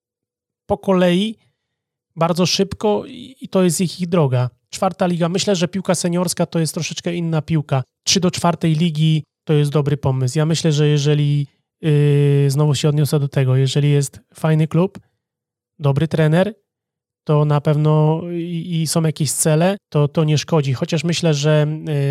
po kolei bardzo szybko i to jest ich, ich droga. Czwarta liga, myślę, że piłka seniorska to jest troszeczkę inna piłka. Trzy do czwartej ligi to jest dobry pomysł. Ja myślę, że jeżeli, yy, znowu się odniosę do tego, jeżeli jest fajny klub, dobry trener, to na pewno i, i są jakieś cele, to, to nie szkodzi. Chociaż myślę, że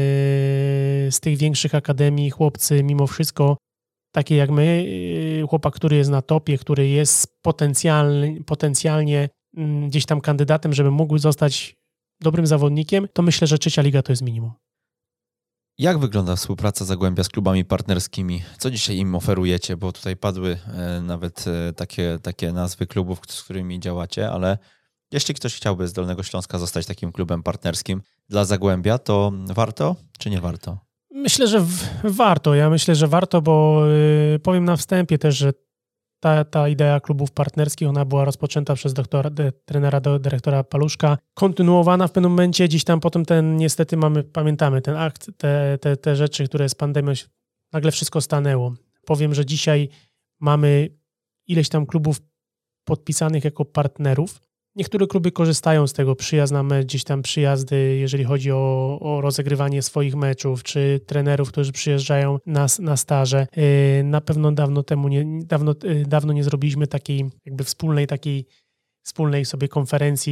yy, z tych większych akademii chłopcy mimo wszystko, takie jak my, yy, chłopak, który jest na topie, który jest potencjalnie, potencjalnie yy, gdzieś tam kandydatem, żeby mógł zostać dobrym zawodnikiem, to myślę, że trzecia liga to jest minimum. Jak wygląda współpraca Zagłębia z klubami partnerskimi? Co dzisiaj im oferujecie? Bo tutaj padły e, nawet e, takie, takie nazwy klubów, z którymi działacie, ale Jeśli ktoś chciałby z Dolnego Śląska zostać takim klubem partnerskim dla Zagłębia, to warto czy nie warto? Myślę, że w, warto. Ja myślę, że warto, bo yy, powiem na wstępie też, że ta, ta idea klubów partnerskich, ona była rozpoczęta przez doktora, de, trenera, do, dyrektora Paluszka, kontynuowana w pewnym momencie, gdzieś tam potem ten, niestety mamy, pamiętamy ten akt, te, te, te rzeczy, które z pandemią, nagle wszystko stanęło. Powiem, że dzisiaj mamy ileś tam klubów podpisanych jako partnerów. Niektóre kluby korzystają z tego, przyjazd na mecz, gdzieś tam przyjazdy, jeżeli chodzi o, o rozegrywanie swoich meczów, czy trenerów, którzy przyjeżdżają na, na staże. Yy, na pewno dawno temu nie, dawno, yy, dawno nie zrobiliśmy takiej jakby wspólnej takiej wspólnej sobie konferencji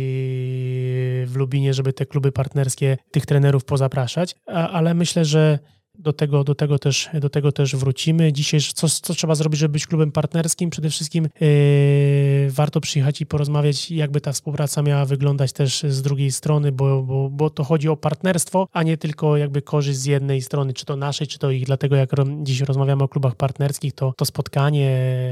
w Lubinie, żeby te kluby partnerskie tych trenerów pozapraszać, A, ale myślę, że Do tego, do, tego też, do tego też wrócimy. Dzisiaj co, co trzeba zrobić, żeby być klubem partnerskim? Przede wszystkim yy, warto przyjechać i porozmawiać, jakby ta współpraca miała wyglądać też z drugiej strony, bo, bo, bo to chodzi o partnerstwo, a nie tylko jakby korzyść z jednej strony, czy to naszej, czy to ich. Dlatego jak ro, dziś rozmawiamy o klubach partnerskich, to, to spotkanie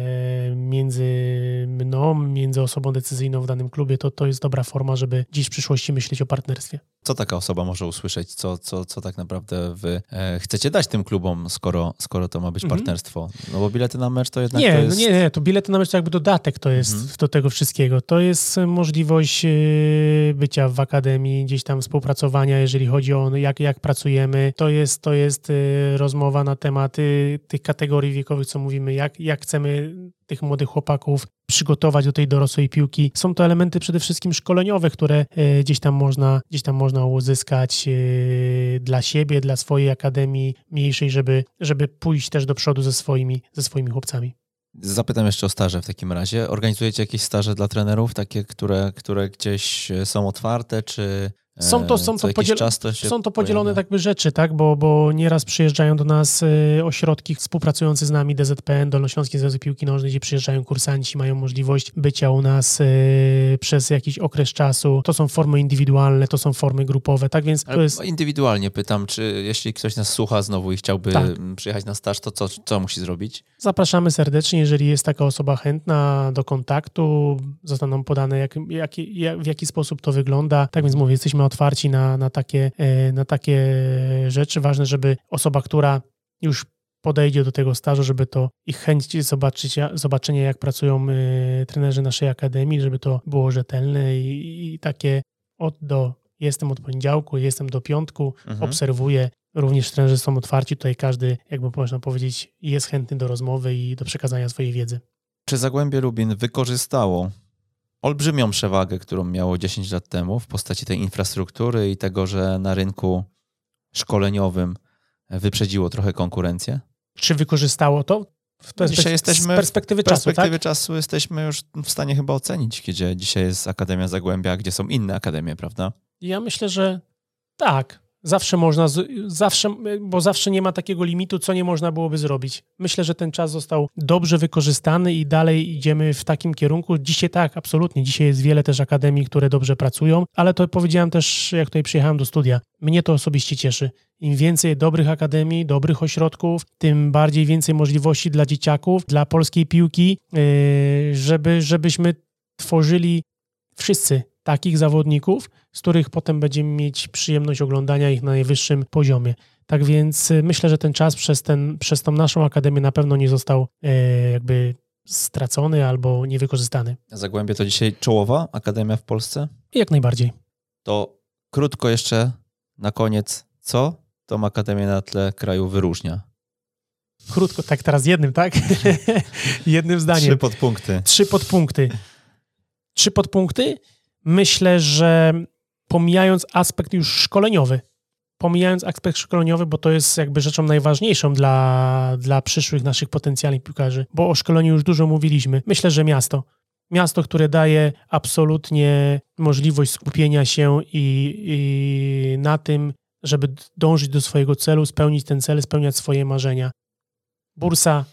między mną, między osobą decyzyjną w danym klubie, to, to jest dobra forma, żeby dziś w przyszłości myśleć o partnerstwie. Co taka osoba może usłyszeć? Co, co, co tak naprawdę wy e, chcecie dać tym klubom, skoro, skoro to ma być Mhm. partnerstwo? No bo bilety na mecz to jednak Nie, to jest... no nie, nie, to bilety na mecz to jakby dodatek to jest Mhm. do tego wszystkiego. To jest możliwość yy, bycia w akademii, gdzieś tam współpracowania, jeżeli chodzi o jak, jak pracujemy. To jest, to jest yy, rozmowa na temat yy, tych kategorii wiekowych, co mówimy, jak, jak chcemy tych młodych chłopaków przygotować do tej dorosłej piłki. Są to elementy przede wszystkim szkoleniowe, które yy, gdzieś tam można, gdzieś tam można uzyskać yy, dla siebie, dla swojej akademii mniejszej, żeby, żeby pójść też do przodu ze swoimi, ze swoimi chłopcami. Zapytam jeszcze o staże w takim razie. Organizujecie jakieś staże dla trenerów, takie, które, które gdzieś są otwarte, czy e, Są to, są co to, jakiś podziel... czas to się są to podzielone pojawia? tak jakby rzeczy, tak? Bo, bo nieraz przyjeżdżają do nas y, ośrodki współpracujące z nami, D Z P N, Dolnośląski Związek Piłki Nożnej, gdzie przyjeżdżają kursanci, mają możliwość bycia u nas y, przez jakiś okres czasu. To są formy indywidualne, to są formy grupowe, tak więc to Ale jest... indywidualnie pytam, czy jeśli ktoś nas słucha znowu i chciałby Tak. przyjechać na staż, to co, co musi zrobić? Zapraszamy serdecznie, jeżeli jest taka osoba chętna do kontaktu, zostaną podane jak, jak, jak, w jaki sposób to wygląda. Tak więc mówię, jesteśmy otwarci na, na, takie, e, na takie rzeczy. Ważne, żeby osoba, która już podejdzie do tego stażu, żeby to ich chęć zobaczyć, zobaczenia, jak pracują e, trenerzy naszej akademii, żeby to było rzetelne i, i takie od do, jestem od poniedziałku, jestem do piątku, Mhm. obserwuję. Również trenerzy są otwarci, tutaj każdy, jakby można powiedzieć, jest chętny do rozmowy i do przekazania swojej wiedzy. Czy Zagłębie Lubin wykorzystało olbrzymią przewagę, którą miało dziesięć lat temu w postaci tej infrastruktury i tego, że na rynku szkoleniowym wyprzedziło trochę konkurencję? Czy wykorzystało to? To jest Dzisiaj pers- jesteśmy z perspektywy W perspektywie czasu, tak? czasu jesteśmy już w stanie chyba ocenić, gdzie dzisiaj jest Akademia Zagłębia, gdzie są inne akademie, prawda? Ja myślę, że tak. Zawsze można, z- zawsze, bo zawsze nie ma takiego limitu, co nie można byłoby zrobić. Myślę, że ten czas został dobrze wykorzystany i dalej idziemy w takim kierunku. Dzisiaj tak, absolutnie. Dzisiaj jest wiele też akademii, które dobrze pracują, ale to powiedziałem też, jak tutaj przyjechałem do studia. Mnie to osobiście cieszy. Im więcej dobrych akademii, dobrych ośrodków, tym bardziej więcej możliwości dla dzieciaków, dla polskiej piłki, yy, żeby, żebyśmy tworzyli wszyscy takich zawodników, z których potem będziemy mieć przyjemność oglądania ich na najwyższym poziomie. Tak więc y, myślę, że ten czas przez, ten, przez tą naszą akademię na pewno nie został e, jakby stracony albo niewykorzystany. Zagłębie to dzisiaj czołowa akademia w Polsce? Jak najbardziej. To krótko jeszcze na koniec, co tą akademię na tle kraju wyróżnia? Krótko, tak teraz jednym, tak? jednym zdaniem. Trzy podpunkty. Trzy podpunkty. Trzy podpunkty. Myślę, że pomijając aspekt już szkoleniowy, pomijając aspekt szkoleniowy, bo to jest jakby rzeczą najważniejszą dla, dla przyszłych naszych potencjalnych piłkarzy, bo o szkoleniu już dużo mówiliśmy. Myślę, że miasto. Miasto, które daje absolutnie możliwość skupienia się i, i na tym, żeby dążyć do swojego celu, spełnić ten cel, spełniać swoje marzenia. Bursa,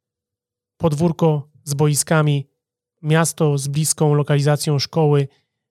podwórko z boiskami, miasto z bliską lokalizacją szkoły,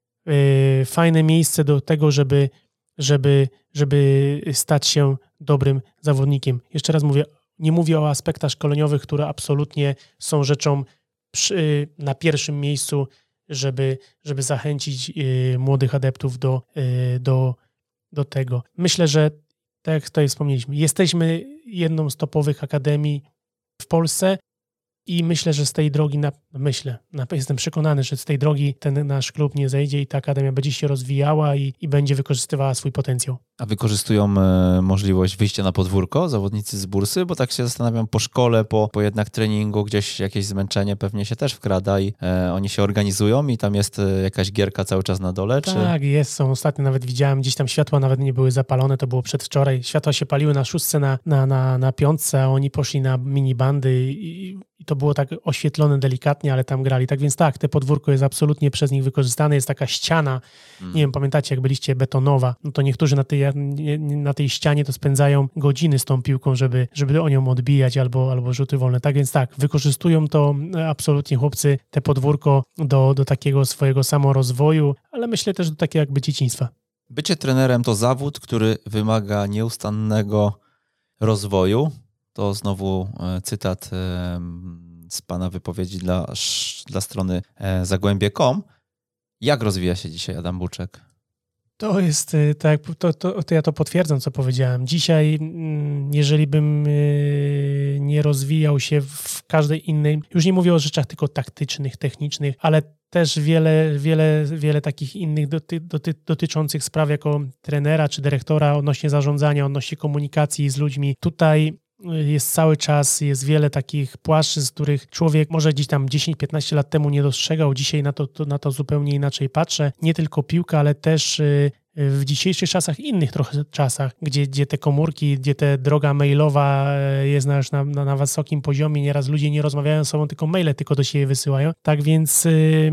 yy, fajne miejsce do tego, żeby, żeby, żeby stać się dobrym zawodnikiem. Jeszcze raz mówię, nie mówię o aspektach szkoleniowych, które absolutnie są rzeczą przy, na pierwszym miejscu żeby, żeby zachęcić y, młodych adeptów do, y, do, do tego. Myślę, że tak jak tutaj wspomnieliśmy, jesteśmy jedną z topowych akademii w Polsce i myślę, że z tej drogi, na, myślę, na, jestem przekonany, że z tej drogi ten nasz klub nie zejdzie i ta akademia będzie się rozwijała i, i będzie wykorzystywała swój potencjał. A wykorzystują e, możliwość wyjścia na podwórko zawodnicy z bursy? Bo tak się zastanawiam, po szkole, po, po jednak treningu, gdzieś jakieś zmęczenie pewnie się też wkrada i e, oni się organizują i tam jest e, jakaś gierka cały czas na dole? Czy... Tak, jest, są. Ostatnio nawet widziałem, gdzieś tam światła nawet nie były zapalone, to było przedwczoraj. Światła się paliły na szóstce, na, na, na, na piątce, a oni poszli na minibandy i, i to było tak oświetlone delikatnie, ale tam grali. Tak więc tak, te podwórko jest absolutnie przez nich wykorzystane. Jest taka ściana, hmm. nie wiem, pamiętacie, jak byliście, betonowa, no to niektórzy na tej, na tej ścianie to spędzają godziny z tą piłką, żeby, żeby o nią odbijać albo, albo rzuty wolne. Tak więc tak, wykorzystują to absolutnie chłopcy, te podwórko do, do takiego swojego samorozwoju, ale myślę też do takiego jakby dzieciństwa. Bycie trenerem to zawód, który wymaga nieustannego rozwoju. To znowu cytat z pana wypowiedzi dla, dla strony zagłębie kropka com. Jak rozwija się dzisiaj Adam Buczek? To jest, tak, to, to, to ja to potwierdzam, co powiedziałem. Dzisiaj, jeżeli bym nie rozwijał się w każdej innej, już nie mówię o rzeczach tylko taktycznych, technicznych, ale też wiele, wiele, wiele takich innych doty, doty, dotyczących spraw jako trenera czy dyrektora odnośnie zarządzania, odnośnie komunikacji z ludźmi. Tutaj jest cały czas, jest wiele takich płaszczyzn, których człowiek może gdzieś tam dziesięć piętnaście lat temu nie dostrzegał. Dzisiaj na to, to, na to zupełnie inaczej patrzę. Nie tylko piłka, ale też w dzisiejszych czasach, innych trochę czasach, gdzie, gdzie te komórki, gdzie ta droga mailowa jest na, na, na wysokim poziomie. Nieraz ludzie nie rozmawiają ze sobą, tylko maile tylko do siebie wysyłają. Tak więc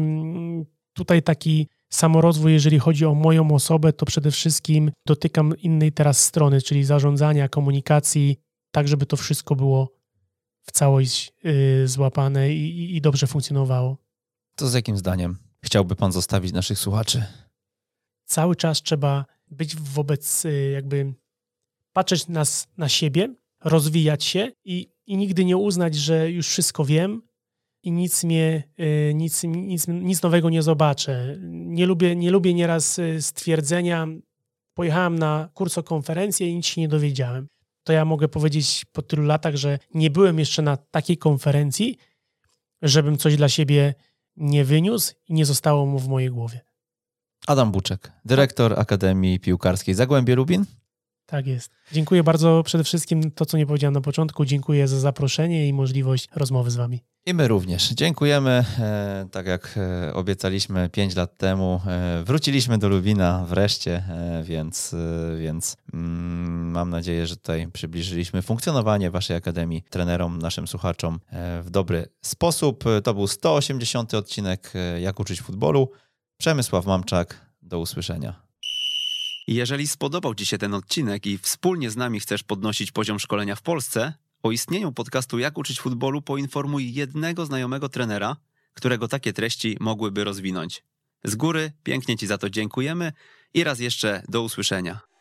tutaj taki samorozwój, jeżeli chodzi o moją osobę, to przede wszystkim dotykam innej teraz strony, czyli zarządzania, komunikacji, tak, żeby to wszystko było w całość y, złapane i, i dobrze funkcjonowało. To z jakim zdaniem chciałby pan zostawić naszych słuchaczy? Cały czas trzeba być wobec, y, jakby patrzeć na, na siebie, rozwijać się i, i nigdy nie uznać, że już wszystko wiem i nic mnie, y, nic, nic, nic nowego nie zobaczę. Nie lubię, nie lubię nieraz stwierdzenia, pojechałem na kursokonferencję i nic się nie dowiedziałem. To ja mogę powiedzieć po tylu latach, że nie byłem jeszcze na takiej konferencji, żebym coś dla siebie nie wyniósł i nie zostało mu w mojej głowie. Adam Buczek, dyrektor Akademii Piłkarskiej Zagłębie Lubin. Tak jest. Dziękuję bardzo przede wszystkim, to co nie powiedziałem na początku, dziękuję za zaproszenie i możliwość rozmowy z wami. I my również. Dziękujemy. E, tak jak e, obiecaliśmy pięć lat temu, e, wróciliśmy do Lubina wreszcie, e, więc, e, więc mm, mam nadzieję, że tutaj przybliżyliśmy funkcjonowanie waszej Akademii trenerom, naszym słuchaczom e, w dobry sposób. To był sto osiemdziesiąty odcinek e, Jak uczyć futbolu. Przemysław Mamczak. Do usłyszenia. Jeżeli spodobał ci się ten odcinek i wspólnie z nami chcesz podnosić poziom szkolenia w Polsce, o istnieniu podcastu Jak uczyć futbolu poinformuj jednego znajomego trenera, którego takie treści mogłyby rozwinąć. Z góry pięknie ci za to dziękujemy i raz jeszcze do usłyszenia.